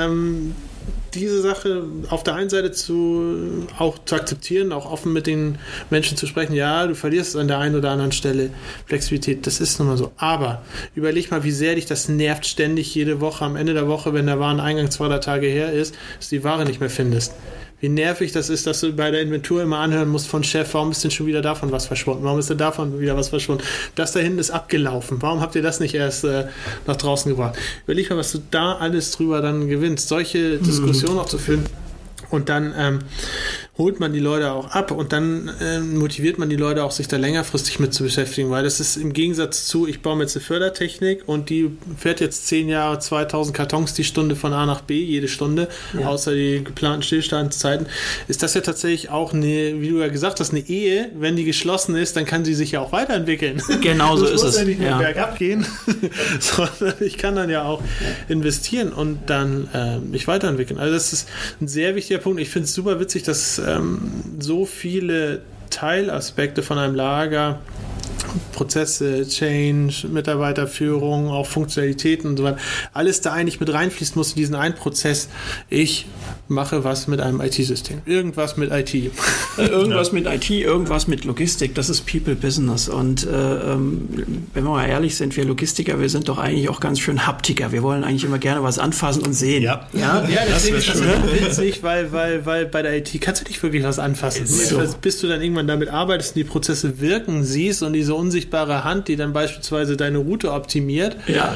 diese Sache auf der einen Seite zu akzeptieren, auch offen mit den Menschen zu sprechen, du verlierst an der einen oder anderen Stelle Flexibilität, das ist nun mal so. Aber überleg mal, wie sehr dich das nervt, ständig jede Woche, am Ende der Woche, wenn der Wareneingang 2 Tage her ist, dass du die Ware nicht mehr findest. Wie nervig das ist, dass du bei der Inventur immer anhören musst von Chef, warum ist denn schon wieder davon was verschwunden? Warum ist denn davon wieder was verschwunden? Das da hinten ist abgelaufen. Warum habt ihr das nicht erst nach draußen gebracht? Überleg mal, was du da alles drüber dann gewinnst. Solche Diskussionen auch zu führen und dann holt man die Leute auch ab und dann motiviert man die Leute auch, sich da längerfristig mit zu beschäftigen, weil das ist im Gegensatz zu, ich baue mir jetzt eine Fördertechnik und die fährt jetzt 10 Jahre 2000 Kartons die Stunde von A nach B, jede Stunde, außer die geplanten Stillstandszeiten, ist das ja tatsächlich auch eine, wie du ja gesagt hast, eine Ehe, wenn die geschlossen ist, dann kann sie sich ja auch weiterentwickeln. Genau so ist es. Ich muss ja nicht mehr bergab gehen, sondern ich kann dann ja auch investieren und dann mich weiterentwickeln. Also das ist ein sehr wichtiger Punkt. Ich finde es super witzig, dass so viele Teilaspekte von einem Lager, Prozesse, Change, Mitarbeiterführung, auch Funktionalitäten und so weiter, alles da eigentlich mit reinfließen muss in diesen einen Prozess. Ich mache was mit einem IT-System. Irgendwas mit IT. Irgendwas mit IT, irgendwas mit Logistik. Das ist People Business. Und wenn wir mal ehrlich sind, wir Logistiker, wir sind doch eigentlich auch ganz schön Haptiker. Wir wollen eigentlich immer gerne was anfassen und sehen. Ja, deswegen ist das witzig, weil bei der IT kannst du nicht wirklich was anfassen. So. Bis du dann irgendwann damit arbeitest und die Prozesse wirken siehst und diese unsichtbare Hand, die dann beispielsweise deine Route optimiert,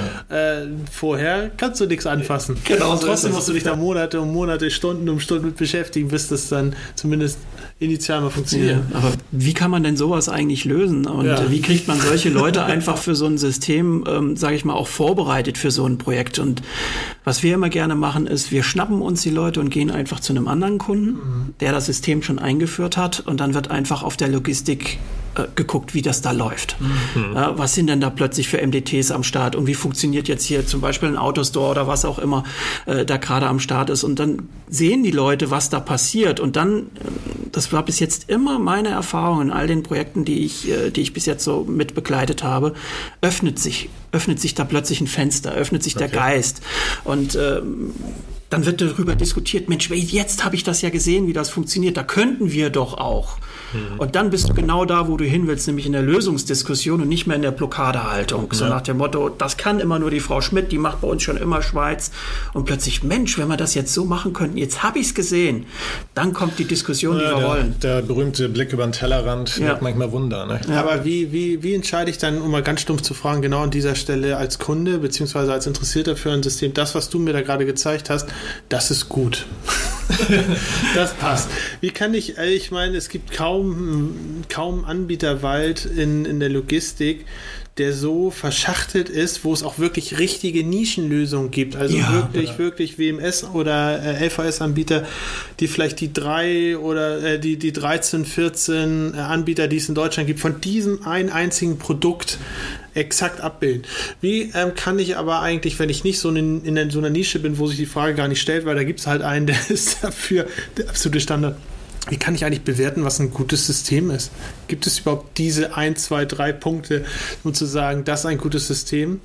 vorher kannst du nichts anfassen. Genau so. Trotzdem musst du dich da Monate um Monate, Stunden um Stunden mit beschäftigen, bis das dann zumindest initial mal funktioniert. Ja, aber wie kann man denn sowas eigentlich lösen? Und wie kriegt man solche Leute einfach für so ein System, sage ich mal, auch vorbereitet für so ein Projekt? Und was wir immer gerne machen, ist, wir schnappen uns die Leute und gehen einfach zu einem anderen Kunden, der das System schon eingeführt hat, und dann wird einfach auf der Logistik geguckt, wie das da läuft. Was sind denn da plötzlich für MDTs am Start und wie funktioniert jetzt hier zum Beispiel ein Autostore oder was auch immer da gerade am Start ist, und dann sehen die Leute, was da passiert, und dann, das war bis jetzt immer meine Erfahrung in all den Projekten, die ich bis jetzt so mit begleitet habe, öffnet sich da plötzlich ein Fenster, öffnet sich der Geist, und dann wird darüber diskutiert, Mensch, jetzt habe ich das ja gesehen, wie das funktioniert, da könnten wir doch auch. Und dann bist du genau da, wo du hin willst, nämlich in der Lösungsdiskussion und nicht mehr in der Blockadehaltung. So nach dem Motto, das kann immer nur die Frau Schmidt, die macht bei uns schon immer Schweiz. Und plötzlich, Mensch, wenn wir das jetzt so machen könnten, jetzt habe ich es gesehen. Dann kommt die Diskussion, die wir wollen. Der berühmte Blick über den Tellerrand wirkt manchmal Wunder. Ne? Ja. Aber wie entscheide ich dann, um mal ganz stumpf zu fragen, genau an dieser Stelle als Kunde beziehungsweise als Interessierter für ein System, das, was du mir da gerade gezeigt hast, das ist gut. Das passt. Wie kann ich meine, es gibt kaum Anbieterwald in der Logistik, der so verschachtelt ist, wo es auch wirklich richtige Nischenlösungen gibt. Also wirklich WMS oder LVS-Anbieter, die vielleicht die 3 oder die 13, 14 Anbieter, die es in Deutschland gibt, von diesem einen einzigen Produkt exakt abbilden. Wie kann ich aber eigentlich, wenn ich nicht so in so einer Nische bin, wo sich die Frage gar nicht stellt, weil da gibt es halt einen, der ist dafür der absolute Standard. Wie kann ich eigentlich bewerten, was ein gutes System ist? Gibt es überhaupt diese 1, 2, 3 Punkte, um zu sagen, das ist ein gutes System?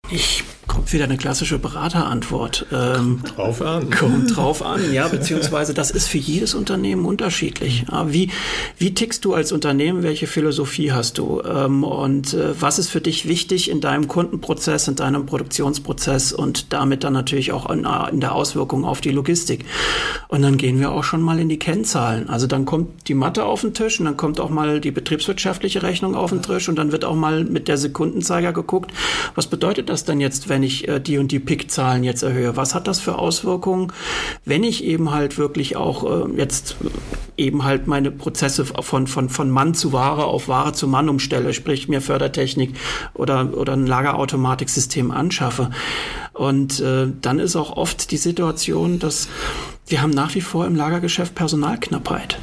Kommt wieder eine klassische Beraterantwort. Kommt drauf an, ja, beziehungsweise das ist für jedes Unternehmen unterschiedlich. Wie tickst du als Unternehmen, welche Philosophie hast du? Und was ist für dich wichtig in deinem Kundenprozess, in deinem Produktionsprozess und damit dann natürlich auch in der Auswirkung auf die Logistik? Und dann gehen wir auch schon mal in die Kennzahlen. Also dann kommt die Mathe auf den Tisch und dann kommt auch mal die betriebswirtschaftliche Rechnung auf den Tisch und dann wird auch mal mit der Sekundenzeiger geguckt, was bedeutet das denn jetzt, wenn ich die und die Pick-Zahlen jetzt erhöhe? Was hat das für Auswirkungen, wenn ich eben halt wirklich auch jetzt eben halt meine Prozesse von Mann zu Ware auf Ware zu Mann umstelle, sprich mir Fördertechnik oder ein Lagerautomatiksystem anschaffe? Und dann ist auch oft die Situation, dass wir haben nach wie vor im Lagergeschäft Personalknappheit.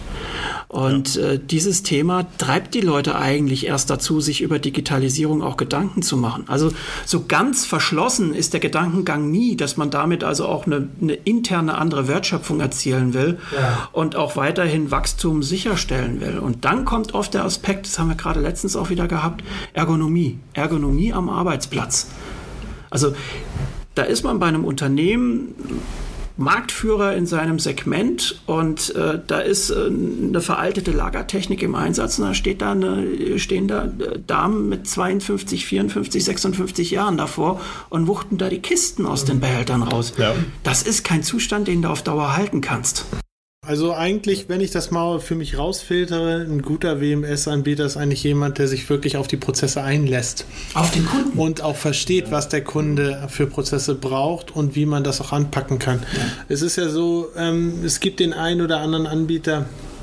Und dieses Thema treibt die Leute eigentlich erst dazu, sich über Digitalisierung auch Gedanken zu machen. Also so ganz verschlossen ist der Gedankengang nie, dass man damit also auch eine interne andere Wertschöpfung erzielen will und auch weiterhin Wachstum sicherstellen will. Und dann kommt oft der Aspekt, das haben wir gerade letztens auch wieder gehabt, Ergonomie am Arbeitsplatz. Also da ist man bei einem Unternehmen Marktführer in seinem Segment und da ist eine veraltete Lagertechnik im Einsatz und da stehen da Damen mit 52, 54, 56 Jahren davor und wuchten da die Kisten aus den Behältern raus. Ja. Das ist kein Zustand, den du auf Dauer halten kannst. Also eigentlich, wenn ich das mal für mich rausfiltere, ein guter WMS-Anbieter ist eigentlich jemand, der sich wirklich auf die Prozesse einlässt. Auf den Kunden. Und auch versteht, was der Kunde für Prozesse braucht und wie man das auch anpacken kann. Ja. Es ist ja so, es gibt den einen oder anderen Anbieter,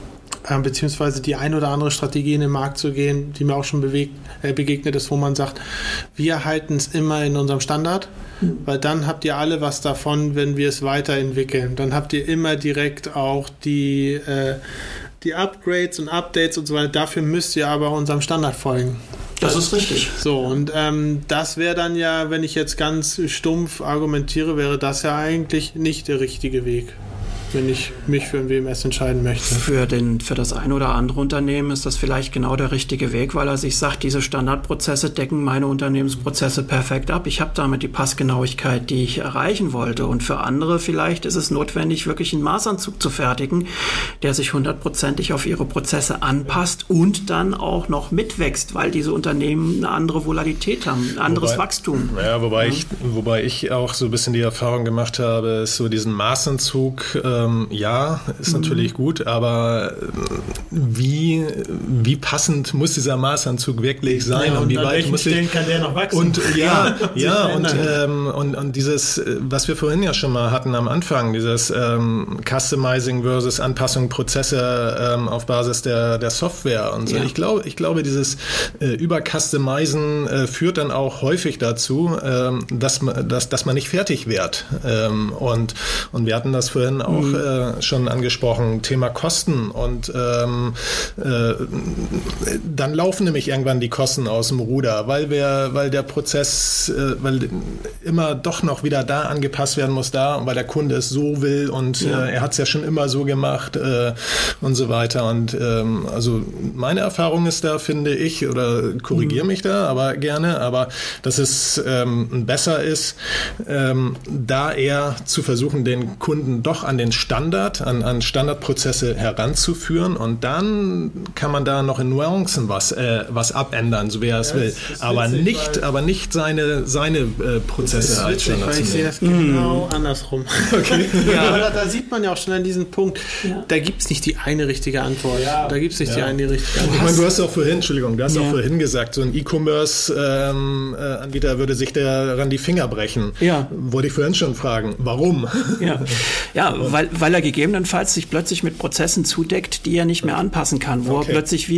beziehungsweise die ein oder andere Strategie in den Markt zu gehen, die mir auch schon begegnet ist, wo man sagt, wir halten es immer in unserem Standard, weil dann habt ihr alle was davon, wenn wir es weiterentwickeln. Dann habt ihr immer direkt auch die Upgrades und Updates und so weiter. Dafür müsst ihr aber unserem Standard folgen. Das ist richtig. So, und das wäre dann ja, wenn ich jetzt ganz stumpf argumentiere, wäre das ja eigentlich nicht der richtige Weg, wenn ich mich für ein WMS entscheiden möchte. Für das ein oder andere Unternehmen ist das vielleicht genau der richtige Weg, weil er sich sagt, diese Standardprozesse decken meine Unternehmensprozesse perfekt ab. Ich habe damit die Passgenauigkeit, die ich erreichen wollte. Und für andere vielleicht ist es notwendig, wirklich einen Maßanzug zu fertigen, der sich 100%ig auf ihre Prozesse anpasst und dann auch noch mitwächst, weil diese Unternehmen eine andere Volatilität haben, ein anderes Wachstum. Ja, wobei ich auch so ein bisschen die Erfahrung gemacht habe, ist so diesen Maßanzug, ja, ist natürlich gut, aber wie passend muss dieser Maßanzug wirklich sein? Ja, und wie weit muss Stellen kann der noch wachsen? Und und dieses, was wir vorhin ja schon mal hatten am Anfang, dieses Customizing versus Anpassung Prozesse auf Basis der Software und so. Ja. Ich glaube, dieses Über-Customizen führt dann auch häufig dazu, dass man nicht fertig wird. Und wir hatten das vorhin auch schon angesprochen, Thema Kosten. Und dann laufen nämlich irgendwann die Kosten aus dem Ruder, weil der Prozess, weil immer doch noch wieder da angepasst werden muss, und weil der Kunde es so will und er hat es ja schon immer so gemacht und so weiter. Und also meine Erfahrung ist da, finde ich, oder korrigiere mich da, aber gerne, aber dass es besser ist, da eher zu versuchen, den Kunden doch an den Standard, an Standardprozesse heranzuführen, und dann kann man da noch in Nuancen was abändern, so wie er es will. Aber nicht seine Prozesse als Standard zu nehmen. Ich sehe das genau andersrum. Okay. Ja. Da sieht man ja auch schon an diesem Punkt, da gibt es nicht die eine richtige Antwort. Ja. Da gibt es nicht die eine richtige Antwort. Ich meine, du hast auch vorhin gesagt, so ein E-Commerce-Anbieter würde sich daran die Finger brechen. Ja. Wollte ich vorhin schon fragen, warum? Ja, weil er gegebenenfalls sich plötzlich mit Prozessen zudeckt, die er nicht mehr anpassen kann, wo er plötzlich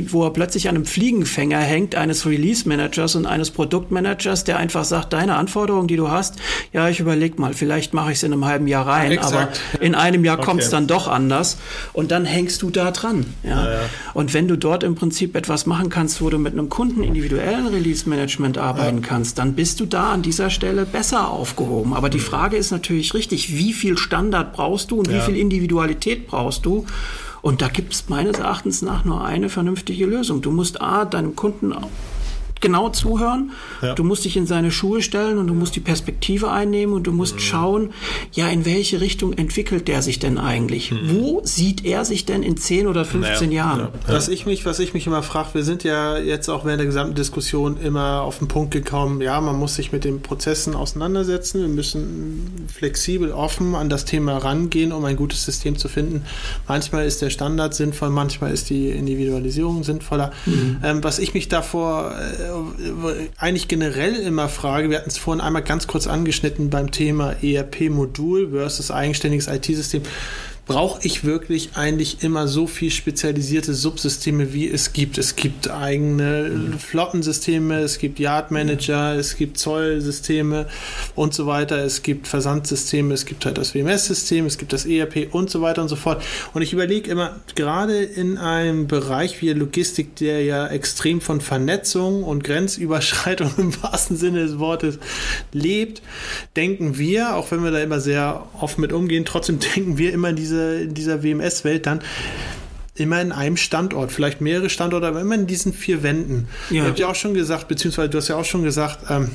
an einem Fliegenfänger hängt, eines Release-Managers und eines Produktmanagers, der einfach sagt, deine Anforderungen, die du hast, ja, ich überlege mal, vielleicht mache ich es in einem halben Jahr rein, aber in einem Jahr kommt es dann doch anders, und dann hängst du da dran. Ja. Und wenn du dort im Prinzip etwas machen kannst, wo du mit einem Kunden individuellen Release-Management arbeiten kannst, dann bist du da an dieser Stelle besser aufgehoben. Aber die Frage ist natürlich richtig, wie viel Standard brauchst du und wie viel Individualität brauchst du? Und da gibt es meines Erachtens nach nur eine vernünftige Lösung. Du musst deinem Kunden genau zuhören, du musst dich in seine Schuhe stellen und du musst die Perspektive einnehmen und du musst schauen, in welche Richtung entwickelt der sich denn eigentlich? Wo sieht er sich denn in 10 oder 15 Jahren? Was ich mich immer frage, wir sind ja jetzt auch während der gesamten Diskussion immer auf den Punkt gekommen, man muss sich mit den Prozessen auseinandersetzen, wir müssen flexibel, offen an das Thema rangehen, um ein gutes System zu finden. Manchmal ist der Standard sinnvoll, manchmal ist die Individualisierung sinnvoller. Was ich mich davor eigentlich generell immer frage, wir hatten es vorhin einmal ganz kurz angeschnitten beim Thema ERP-Modul versus eigenständiges IT-System. Brauche ich wirklich eigentlich immer so viel spezialisierte Subsysteme, wie es gibt? Es gibt eigene Flottensysteme, es gibt Yard-Manager, es gibt Zollsysteme und so weiter, es gibt Versandsysteme, es gibt halt das WMS-System, es gibt das ERP und so weiter und so fort. Und ich überlege immer, gerade in einem Bereich wie Logistik, der ja extrem von Vernetzung und Grenzüberschreitung im wahrsten Sinne des Wortes lebt, denken wir, auch wenn wir da immer sehr offen mit umgehen, trotzdem denken wir immer in dieser WMS-Welt dann immer in einem Standort, vielleicht mehrere Standorte, aber immer in diesen 4 Wänden. Ihr habt ja auch schon gesagt, beziehungsweise du hast ja auch schon gesagt,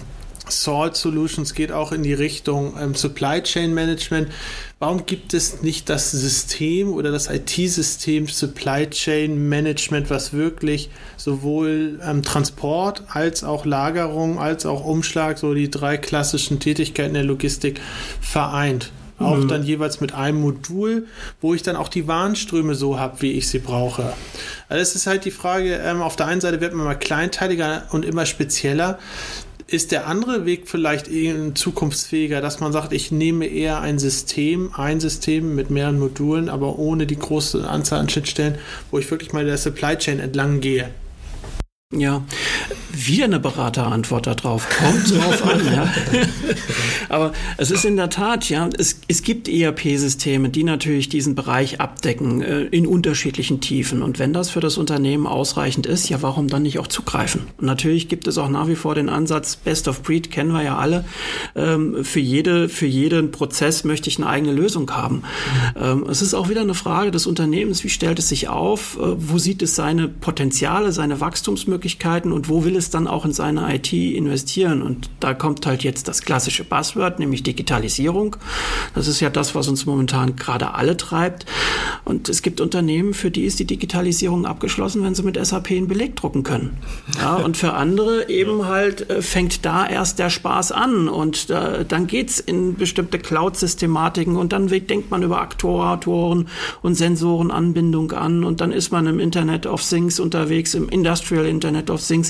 Salt Solutions geht auch in die Richtung Supply Chain Management. Warum gibt es nicht das System oder das IT-System Supply Chain Management, was wirklich sowohl Transport als auch Lagerung als auch Umschlag, so die 3 klassischen Tätigkeiten der Logistik vereint? Auch dann jeweils mit einem Modul, wo ich dann auch die Warenströme so habe, wie ich sie brauche. Also es ist halt die Frage, auf der einen Seite wird man mal kleinteiliger und immer spezieller. ist der andere Weg vielleicht zukunftsfähiger, dass man sagt, ich nehme eher ein System mit mehreren Modulen, aber ohne die große Anzahl an Schnittstellen, wo ich wirklich mal der Supply Chain entlang gehe? Ja, wieder eine Beraterantwort darauf. Kommt drauf an, ja. Aber es ist in der Tat, ja, es gibt ERP-Systeme, die natürlich diesen Bereich abdecken, in unterschiedlichen Tiefen. Und wenn das für das Unternehmen ausreichend ist, ja, warum dann nicht auch zugreifen? Und natürlich gibt es auch nach wie vor den Ansatz, Best of Breed kennen wir ja alle. Für jeden Prozess möchte ich eine eigene Lösung haben. Es ist auch wieder eine Frage des Unternehmens, wie stellt es sich auf? Wo sieht es seine Potenziale, seine Wachstumsmöglichkeiten und wo will es dann auch in seine IT investieren? Und da kommt halt jetzt das klassische Buzzword, nämlich Digitalisierung. Das ist ja das, was uns momentan gerade alle treibt. Und es gibt Unternehmen, für die ist die Digitalisierung abgeschlossen, wenn sie mit SAP einen Beleg drucken können. Ja, und für andere eben halt fängt da erst der Spaß an und dann geht's in bestimmte Cloud-Systematiken und dann denkt man über Aktuatoren und Sensorenanbindung an und dann ist man im Internet of Things unterwegs, im Industrial Internet of Things.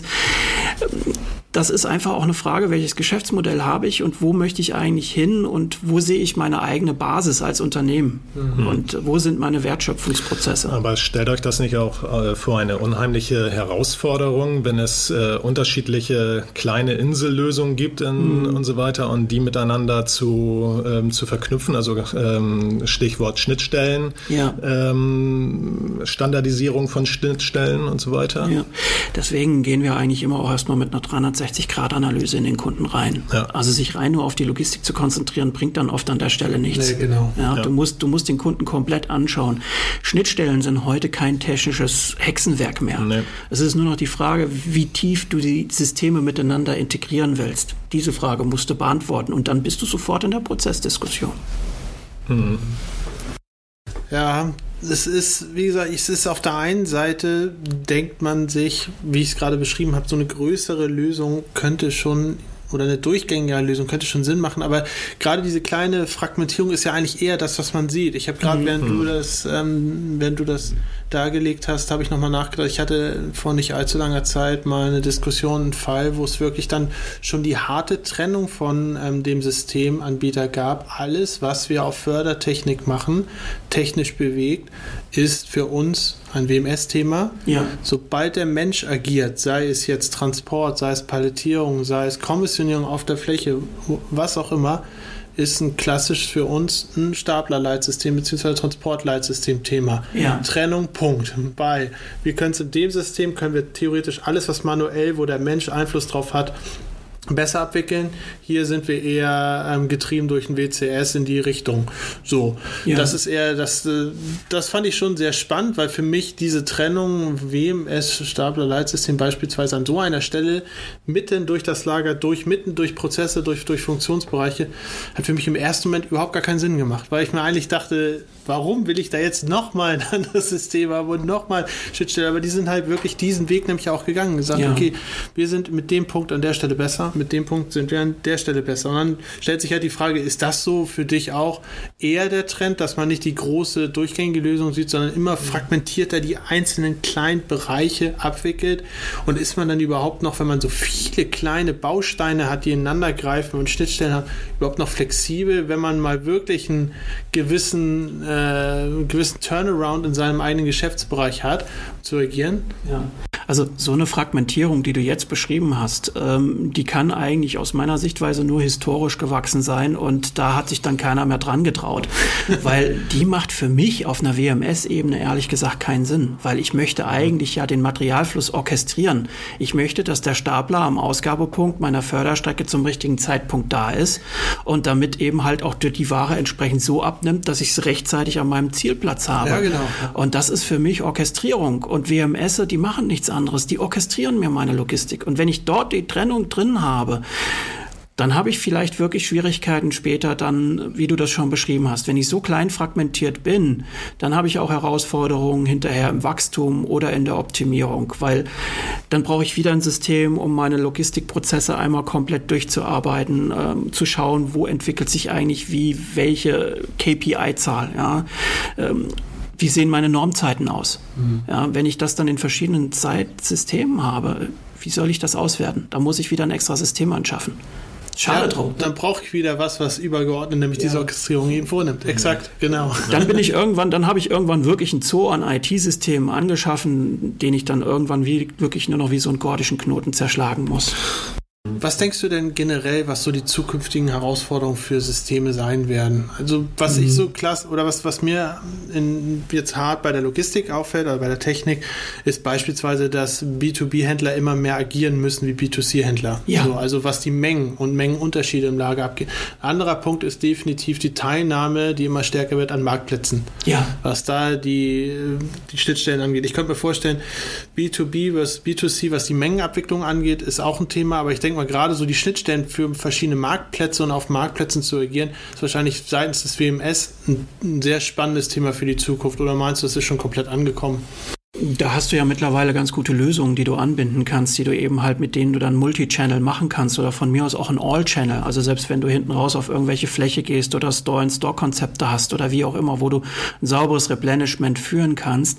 Das ist einfach auch eine Frage, welches Geschäftsmodell habe ich und wo möchte ich eigentlich hin und wo sehe ich meine eigene Basis als Unternehmen und wo sind meine Wertschöpfungsprozesse. Aber stellt euch das nicht auch vor eine unheimliche Herausforderung, wenn es unterschiedliche kleine Insellösungen gibt und so weiter und die miteinander zu verknüpfen, also Stichwort Schnittstellen, Standardisierung von Schnittstellen und so weiter. Ja. Deswegen gehen wir eigentlich immer auch erstmal mit einer 360-Grad-Analyse in den Kunden rein. Ja. Also sich rein nur auf die Logistik zu konzentrieren, bringt dann oft an der Stelle nichts. Nee, genau. Ja, du musst den Kunden komplett anschauen. Schnittstellen sind heute kein technisches Hexenwerk mehr. Nee. Es ist nur noch die Frage, wie tief du die Systeme miteinander integrieren willst. Diese Frage musst du beantworten und dann bist du sofort in der Prozessdiskussion. Mhm. Ja, es ist, wie gesagt, es ist auf der einen Seite, denkt man sich, wie ich es gerade beschrieben habe, so eine größere Lösung könnte schon, oder eine durchgängige Lösung könnte schon Sinn machen, aber gerade diese kleine Fragmentierung ist ja eigentlich eher das, was man sieht. Ich habe gerade, während du das dargelegt hast, habe ich nochmal nachgedacht. Ich hatte vor nicht allzu langer Zeit mal eine Diskussion, einen Fall, wo es wirklich dann schon die harte Trennung von dem Systemanbieter gab. Alles, was wir auf Fördertechnik machen, technisch bewegt, ist für uns ein WMS-Thema. Ja. Sobald der Mensch agiert, sei es jetzt Transport, sei es Palettierung, sei es Kommissionierung auf der Fläche, was auch immer, ist ein klassisch für uns ein Staplerleitsystem bzw. Transportleitsystem-Thema. Ja. Trennung, Punkt. Wir können es in dem System, können wir theoretisch alles, was manuell, wo der Mensch Einfluss drauf hat, besser abwickeln. Hier sind wir eher getrieben durch ein WCS in die Richtung. So, ja. Das ist eher, das fand ich schon sehr spannend, weil für mich diese Trennung WMS, Stapler-Leitsystem beispielsweise an so einer Stelle mitten durch das Lager, mitten durch Prozesse, durch Funktionsbereiche, hat für mich im ersten Moment überhaupt gar keinen Sinn gemacht, weil ich mir eigentlich dachte, warum will ich da jetzt nochmal ein anderes System haben und nochmal Schnittstelle, aber die sind halt wirklich diesen Weg nämlich auch gegangen, gesagt, okay, wir sind mit dem Punkt an der Stelle besser, mit dem Punkt sind wir an der Stelle besser. Und dann stellt sich halt die Frage, ist das so für dich auch eher der Trend, dass man nicht die große durchgängige Lösung sieht, sondern immer fragmentierter die einzelnen kleinen Bereiche abwickelt? Und ist man dann überhaupt noch, wenn man so viele kleine Bausteine hat, die ineinander greifen und Schnittstellen hat, überhaupt noch flexibel, wenn man mal wirklich einen gewissen Turnaround in seinem eigenen Geschäftsbereich hat, zu agieren? Ja. Also so eine Fragmentierung, die du jetzt beschrieben hast, die kann eigentlich aus meiner Sichtweise nur historisch gewachsen sein und da hat sich dann keiner mehr dran getraut, weil die macht für mich auf einer WMS-Ebene ehrlich gesagt keinen Sinn, weil ich möchte eigentlich ja den Materialfluss orchestrieren. Ich möchte, dass der Stapler am Ausgabepunkt meiner Förderstrecke zum richtigen Zeitpunkt da ist und damit eben halt auch die Ware entsprechend so abnimmt, dass ich es rechtzeitig an meinem Zielplatz habe. Ja, genau. Und das ist für mich Orchestrierung und WMS, die machen nichts anderes, die orchestrieren mir meine Logistik. Und wenn ich dort die Trennung drin habe, dann habe ich vielleicht wirklich Schwierigkeiten später dann, wie du das schon beschrieben hast. Wenn ich so klein fragmentiert bin, dann habe ich auch Herausforderungen hinterher im Wachstum oder in der Optimierung, weil dann brauche ich wieder ein System, um meine Logistikprozesse einmal komplett durchzuarbeiten, zu schauen, wo entwickelt sich eigentlich welche KPI-Zahl, ja. Wie sehen meine Normzeiten aus? Ja, wenn ich das dann in verschiedenen Zeitsystemen habe, Wie soll ich das auswerten? Da muss ich wieder ein extra System anschaffen. Schade drum. Dann brauche ich wieder was übergeordnet, nämlich diese Orchestrierung eben vornimmt. Exakt, genau. Dann habe ich irgendwann wirklich einen Zoo an IT-Systemen angeschaffen, den ich dann irgendwann wirklich nur noch wie so einen gordischen Knoten zerschlagen muss. Was denkst du denn generell, was so die zukünftigen Herausforderungen für Systeme sein werden? Also was ich so klasse oder was mir jetzt hart bei der Logistik auffällt oder bei der Technik, ist beispielsweise, dass B2B-Händler immer mehr agieren müssen wie B2C-Händler. Ja. Also was die Mengen und Mengenunterschiede im Lager abgeht. Ein anderer Punkt ist definitiv die Teilnahme, die immer stärker wird an Marktplätzen. Ja. Was da die Schnittstellen angeht. Ich könnte mir vorstellen, B2B versus B2C, was die Mengenabwicklung angeht, ist auch ein Thema, aber ich denke mal, gerade so die Schnittstellen für verschiedene Marktplätze und auf Marktplätzen zu agieren, ist wahrscheinlich seitens des WMS ein sehr spannendes Thema für die Zukunft. Oder meinst du, es ist schon komplett angekommen? Da hast du ja mittlerweile ganz gute Lösungen, die du anbinden kannst, die du eben halt, mit denen du dann Multi-Channel machen kannst oder von mir aus auch ein All-Channel. Also selbst wenn du hinten raus auf irgendwelche Fläche gehst oder Store-in-Store-Konzepte hast oder wie auch immer, wo du ein sauberes Replenishment führen kannst.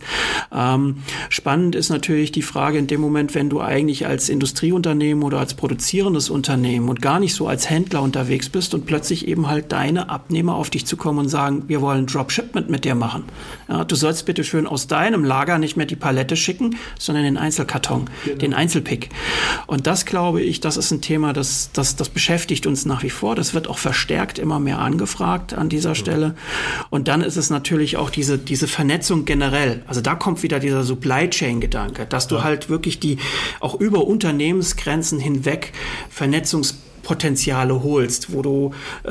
Spannend ist natürlich die Frage in dem Moment, wenn du eigentlich als Industrieunternehmen oder als produzierendes Unternehmen und gar nicht so als Händler unterwegs bist und plötzlich eben halt deine Abnehmer auf dich zukommen und sagen, wir wollen Dropshipment mit dir machen. Ja, du sollst bitte schön aus deinem Lager nicht mehr die Palette schicken, sondern den Einzelkarton, den Einzelpick. Und das, glaube ich, das ist ein Thema, das beschäftigt uns nach wie vor. Das wird auch verstärkt immer mehr angefragt an dieser Stelle. Und dann ist es natürlich auch diese Vernetzung generell. Also da kommt wieder dieser Supply Chain Gedanke, dass du halt wirklich auch über Unternehmensgrenzen hinweg Vernetzungspotenziale holst, wo du,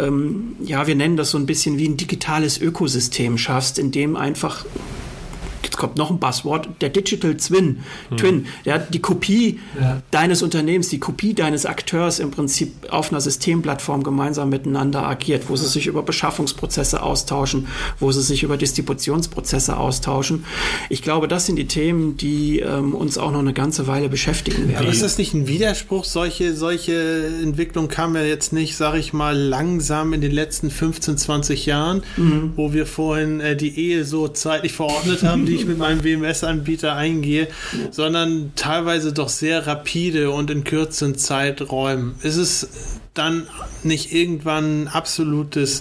wir nennen das so ein bisschen wie ein digitales Ökosystem schaffst, in dem einfach, jetzt kommt noch ein Buzzword, der Digital Twin, der die Kopie deines Unternehmens, die Kopie deines Akteurs im Prinzip auf einer Systemplattform gemeinsam miteinander agiert, wo sie sich über Beschaffungsprozesse austauschen, wo sie sich über Distributionsprozesse austauschen. Ich glaube, das sind die Themen, die uns auch noch eine ganze Weile beschäftigen werden. Aber ist das nicht ein Widerspruch? Solche Entwicklung kam ja jetzt nicht, sage ich mal, langsam in den letzten 15, 20 Jahren, wo wir vorhin die Ehe so zeitlich verordnet haben, die ich mit meinem WMS-Anbieter eingehe, sondern teilweise doch sehr rapide und in kürzeren Zeiträumen. Ist es dann nicht irgendwann ein absolutes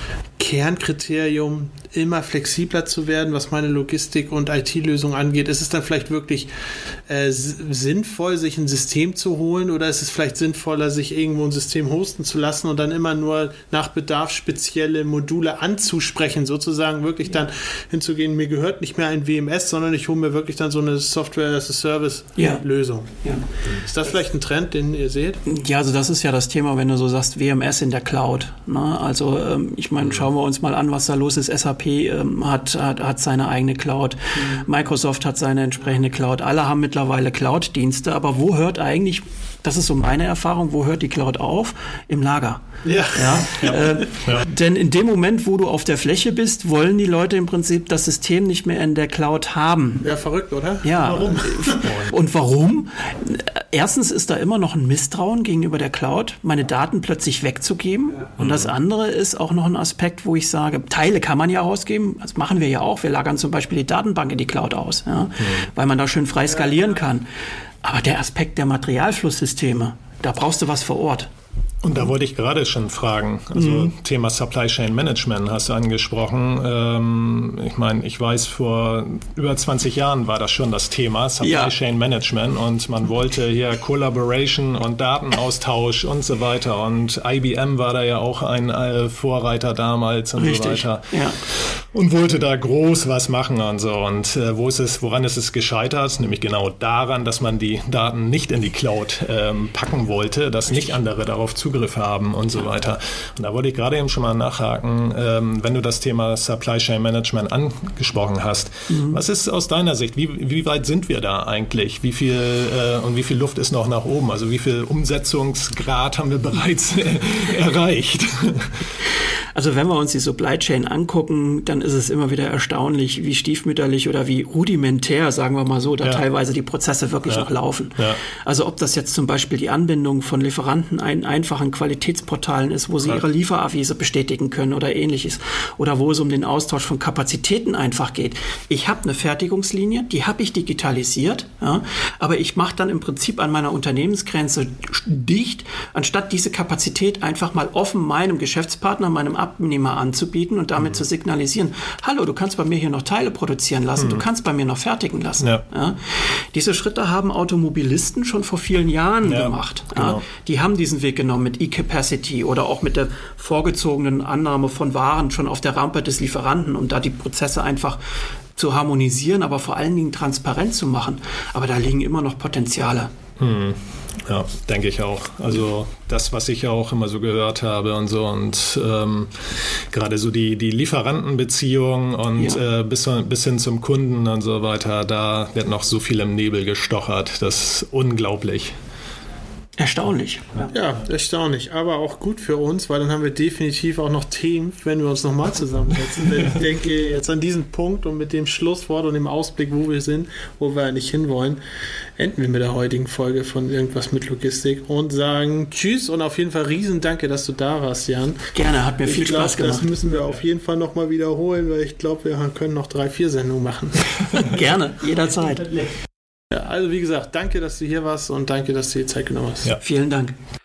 Kernkriterium, immer flexibler zu werden, was meine Logistik- und IT-Lösung angeht? Ist es dann vielleicht wirklich sinnvoll, sich ein System zu holen, oder ist es vielleicht sinnvoller, sich irgendwo ein System hosten zu lassen und dann immer nur nach Bedarf spezielle Module anzusprechen, sozusagen wirklich dann hinzugehen, mir gehört nicht mehr ein WMS, sondern ich hole mir wirklich dann so eine Software-as-a-Service-Lösung. Ja. Ist das vielleicht ein Trend, den ihr seht? Ja, also das ist ja das Thema, wenn du so sagst, WMS in der Cloud. Ne? Also ich meine, schauen wir uns mal an, was da los ist. SAP hat seine eigene Cloud. Microsoft hat seine entsprechende Cloud. Alle haben mittlerweile Cloud-Dienste, aber wo hört eigentlich, das ist so meine Erfahrung, wo hört die Cloud auf? Im Lager. Denn in dem Moment, wo du auf der Fläche bist, wollen die Leute im Prinzip das System nicht mehr in der Cloud haben. Ja, verrückt, oder? Ja. Warum? Und warum? Erstens ist da immer noch ein Misstrauen gegenüber der Cloud, meine Daten plötzlich wegzugeben. Und das andere ist auch noch ein Aspekt, wo ich sage, Teile kann man ja ausgeben, das machen wir ja auch. Wir lagern zum Beispiel die Datenbank in die Cloud aus, weil man da schön frei skalieren kann. Aber der Aspekt der Materialflusssysteme, da brauchst du was vor Ort. Und da wollte ich gerade schon fragen, also Thema Supply Chain Management hast du angesprochen. Ich meine, ich weiß, vor über 20 Jahren war das schon das Thema, Supply Chain Management, und man wollte hier Collaboration und Datenaustausch und so weiter, und IBM war da ja auch ein Vorreiter damals und so weiter. Ja. Und wollte da groß was machen und so. Und woran ist es gescheitert? Nämlich genau daran, dass man die Daten nicht in die Cloud packen wollte, dass nicht andere darauf Zugriff haben und so weiter. Und da wollte ich gerade eben schon mal nachhaken, wenn du das Thema Supply Chain Management angesprochen hast. Was ist aus deiner Sicht? Wie weit sind wir da eigentlich? Wie viel Luft ist noch nach oben? Also wie viel Umsetzungsgrad haben wir bereits erreicht? Also wenn wir uns die Supply Chain angucken, dann ist es immer wieder erstaunlich, wie stiefmütterlich oder wie rudimentär, sagen wir mal so, da teilweise die Prozesse wirklich noch laufen. Ja. Also ob das jetzt zum Beispiel die Anbindung von Lieferanten in einfachen Qualitätsportalen ist, wo sie ihre Lieferavise bestätigen können oder ähnliches, oder wo es um den Austausch von Kapazitäten einfach geht. Ich habe eine Fertigungslinie, die habe ich digitalisiert, aber ich mache dann im Prinzip an meiner Unternehmensgrenze dicht, anstatt diese Kapazität einfach mal offen meinem Geschäftspartner, meinem Abnehmer anzubieten und damit zu signalisieren, hallo, du kannst bei mir hier noch Teile produzieren lassen, du kannst bei mir noch fertigen lassen. Ja. Diese Schritte haben Automobilisten schon vor vielen Jahren gemacht. Genau. Die haben diesen Weg genommen mit E-Capacity oder auch mit der vorgezogenen Annahme von Waren schon auf der Rampe des Lieferanten, um da die Prozesse einfach zu harmonisieren, aber vor allen Dingen transparent zu machen. Aber da liegen immer noch Potenziale. Ja, denke ich auch. Also das, was ich auch immer so gehört habe und so, und gerade so die Lieferantenbeziehung und bis hin zum Kunden und so weiter, da wird noch so viel im Nebel gestochert. Das ist unglaublich. Erstaunlich. Ja, erstaunlich. Aber auch gut für uns, weil dann haben wir definitiv auch noch Themen, wenn wir uns nochmal zusammensetzen. Denn ich denke, jetzt an diesem Punkt und mit dem Schlusswort und dem Ausblick, wo wir sind, wo wir eigentlich hinwollen, enden wir mit der heutigen Folge von Irgendwas mit Logistik und sagen Tschüss und auf jeden Fall riesen Danke, dass du da warst, Jan. Gerne, hat mir viel Spaß gemacht. Das müssen wir auf jeden Fall nochmal wiederholen, weil ich glaube, wir können noch 3-4 Sendungen machen. Gerne, jederzeit. Ja, also wie gesagt, danke, dass du hier warst und danke, dass du dir Zeit genommen hast. Ja. Vielen Dank.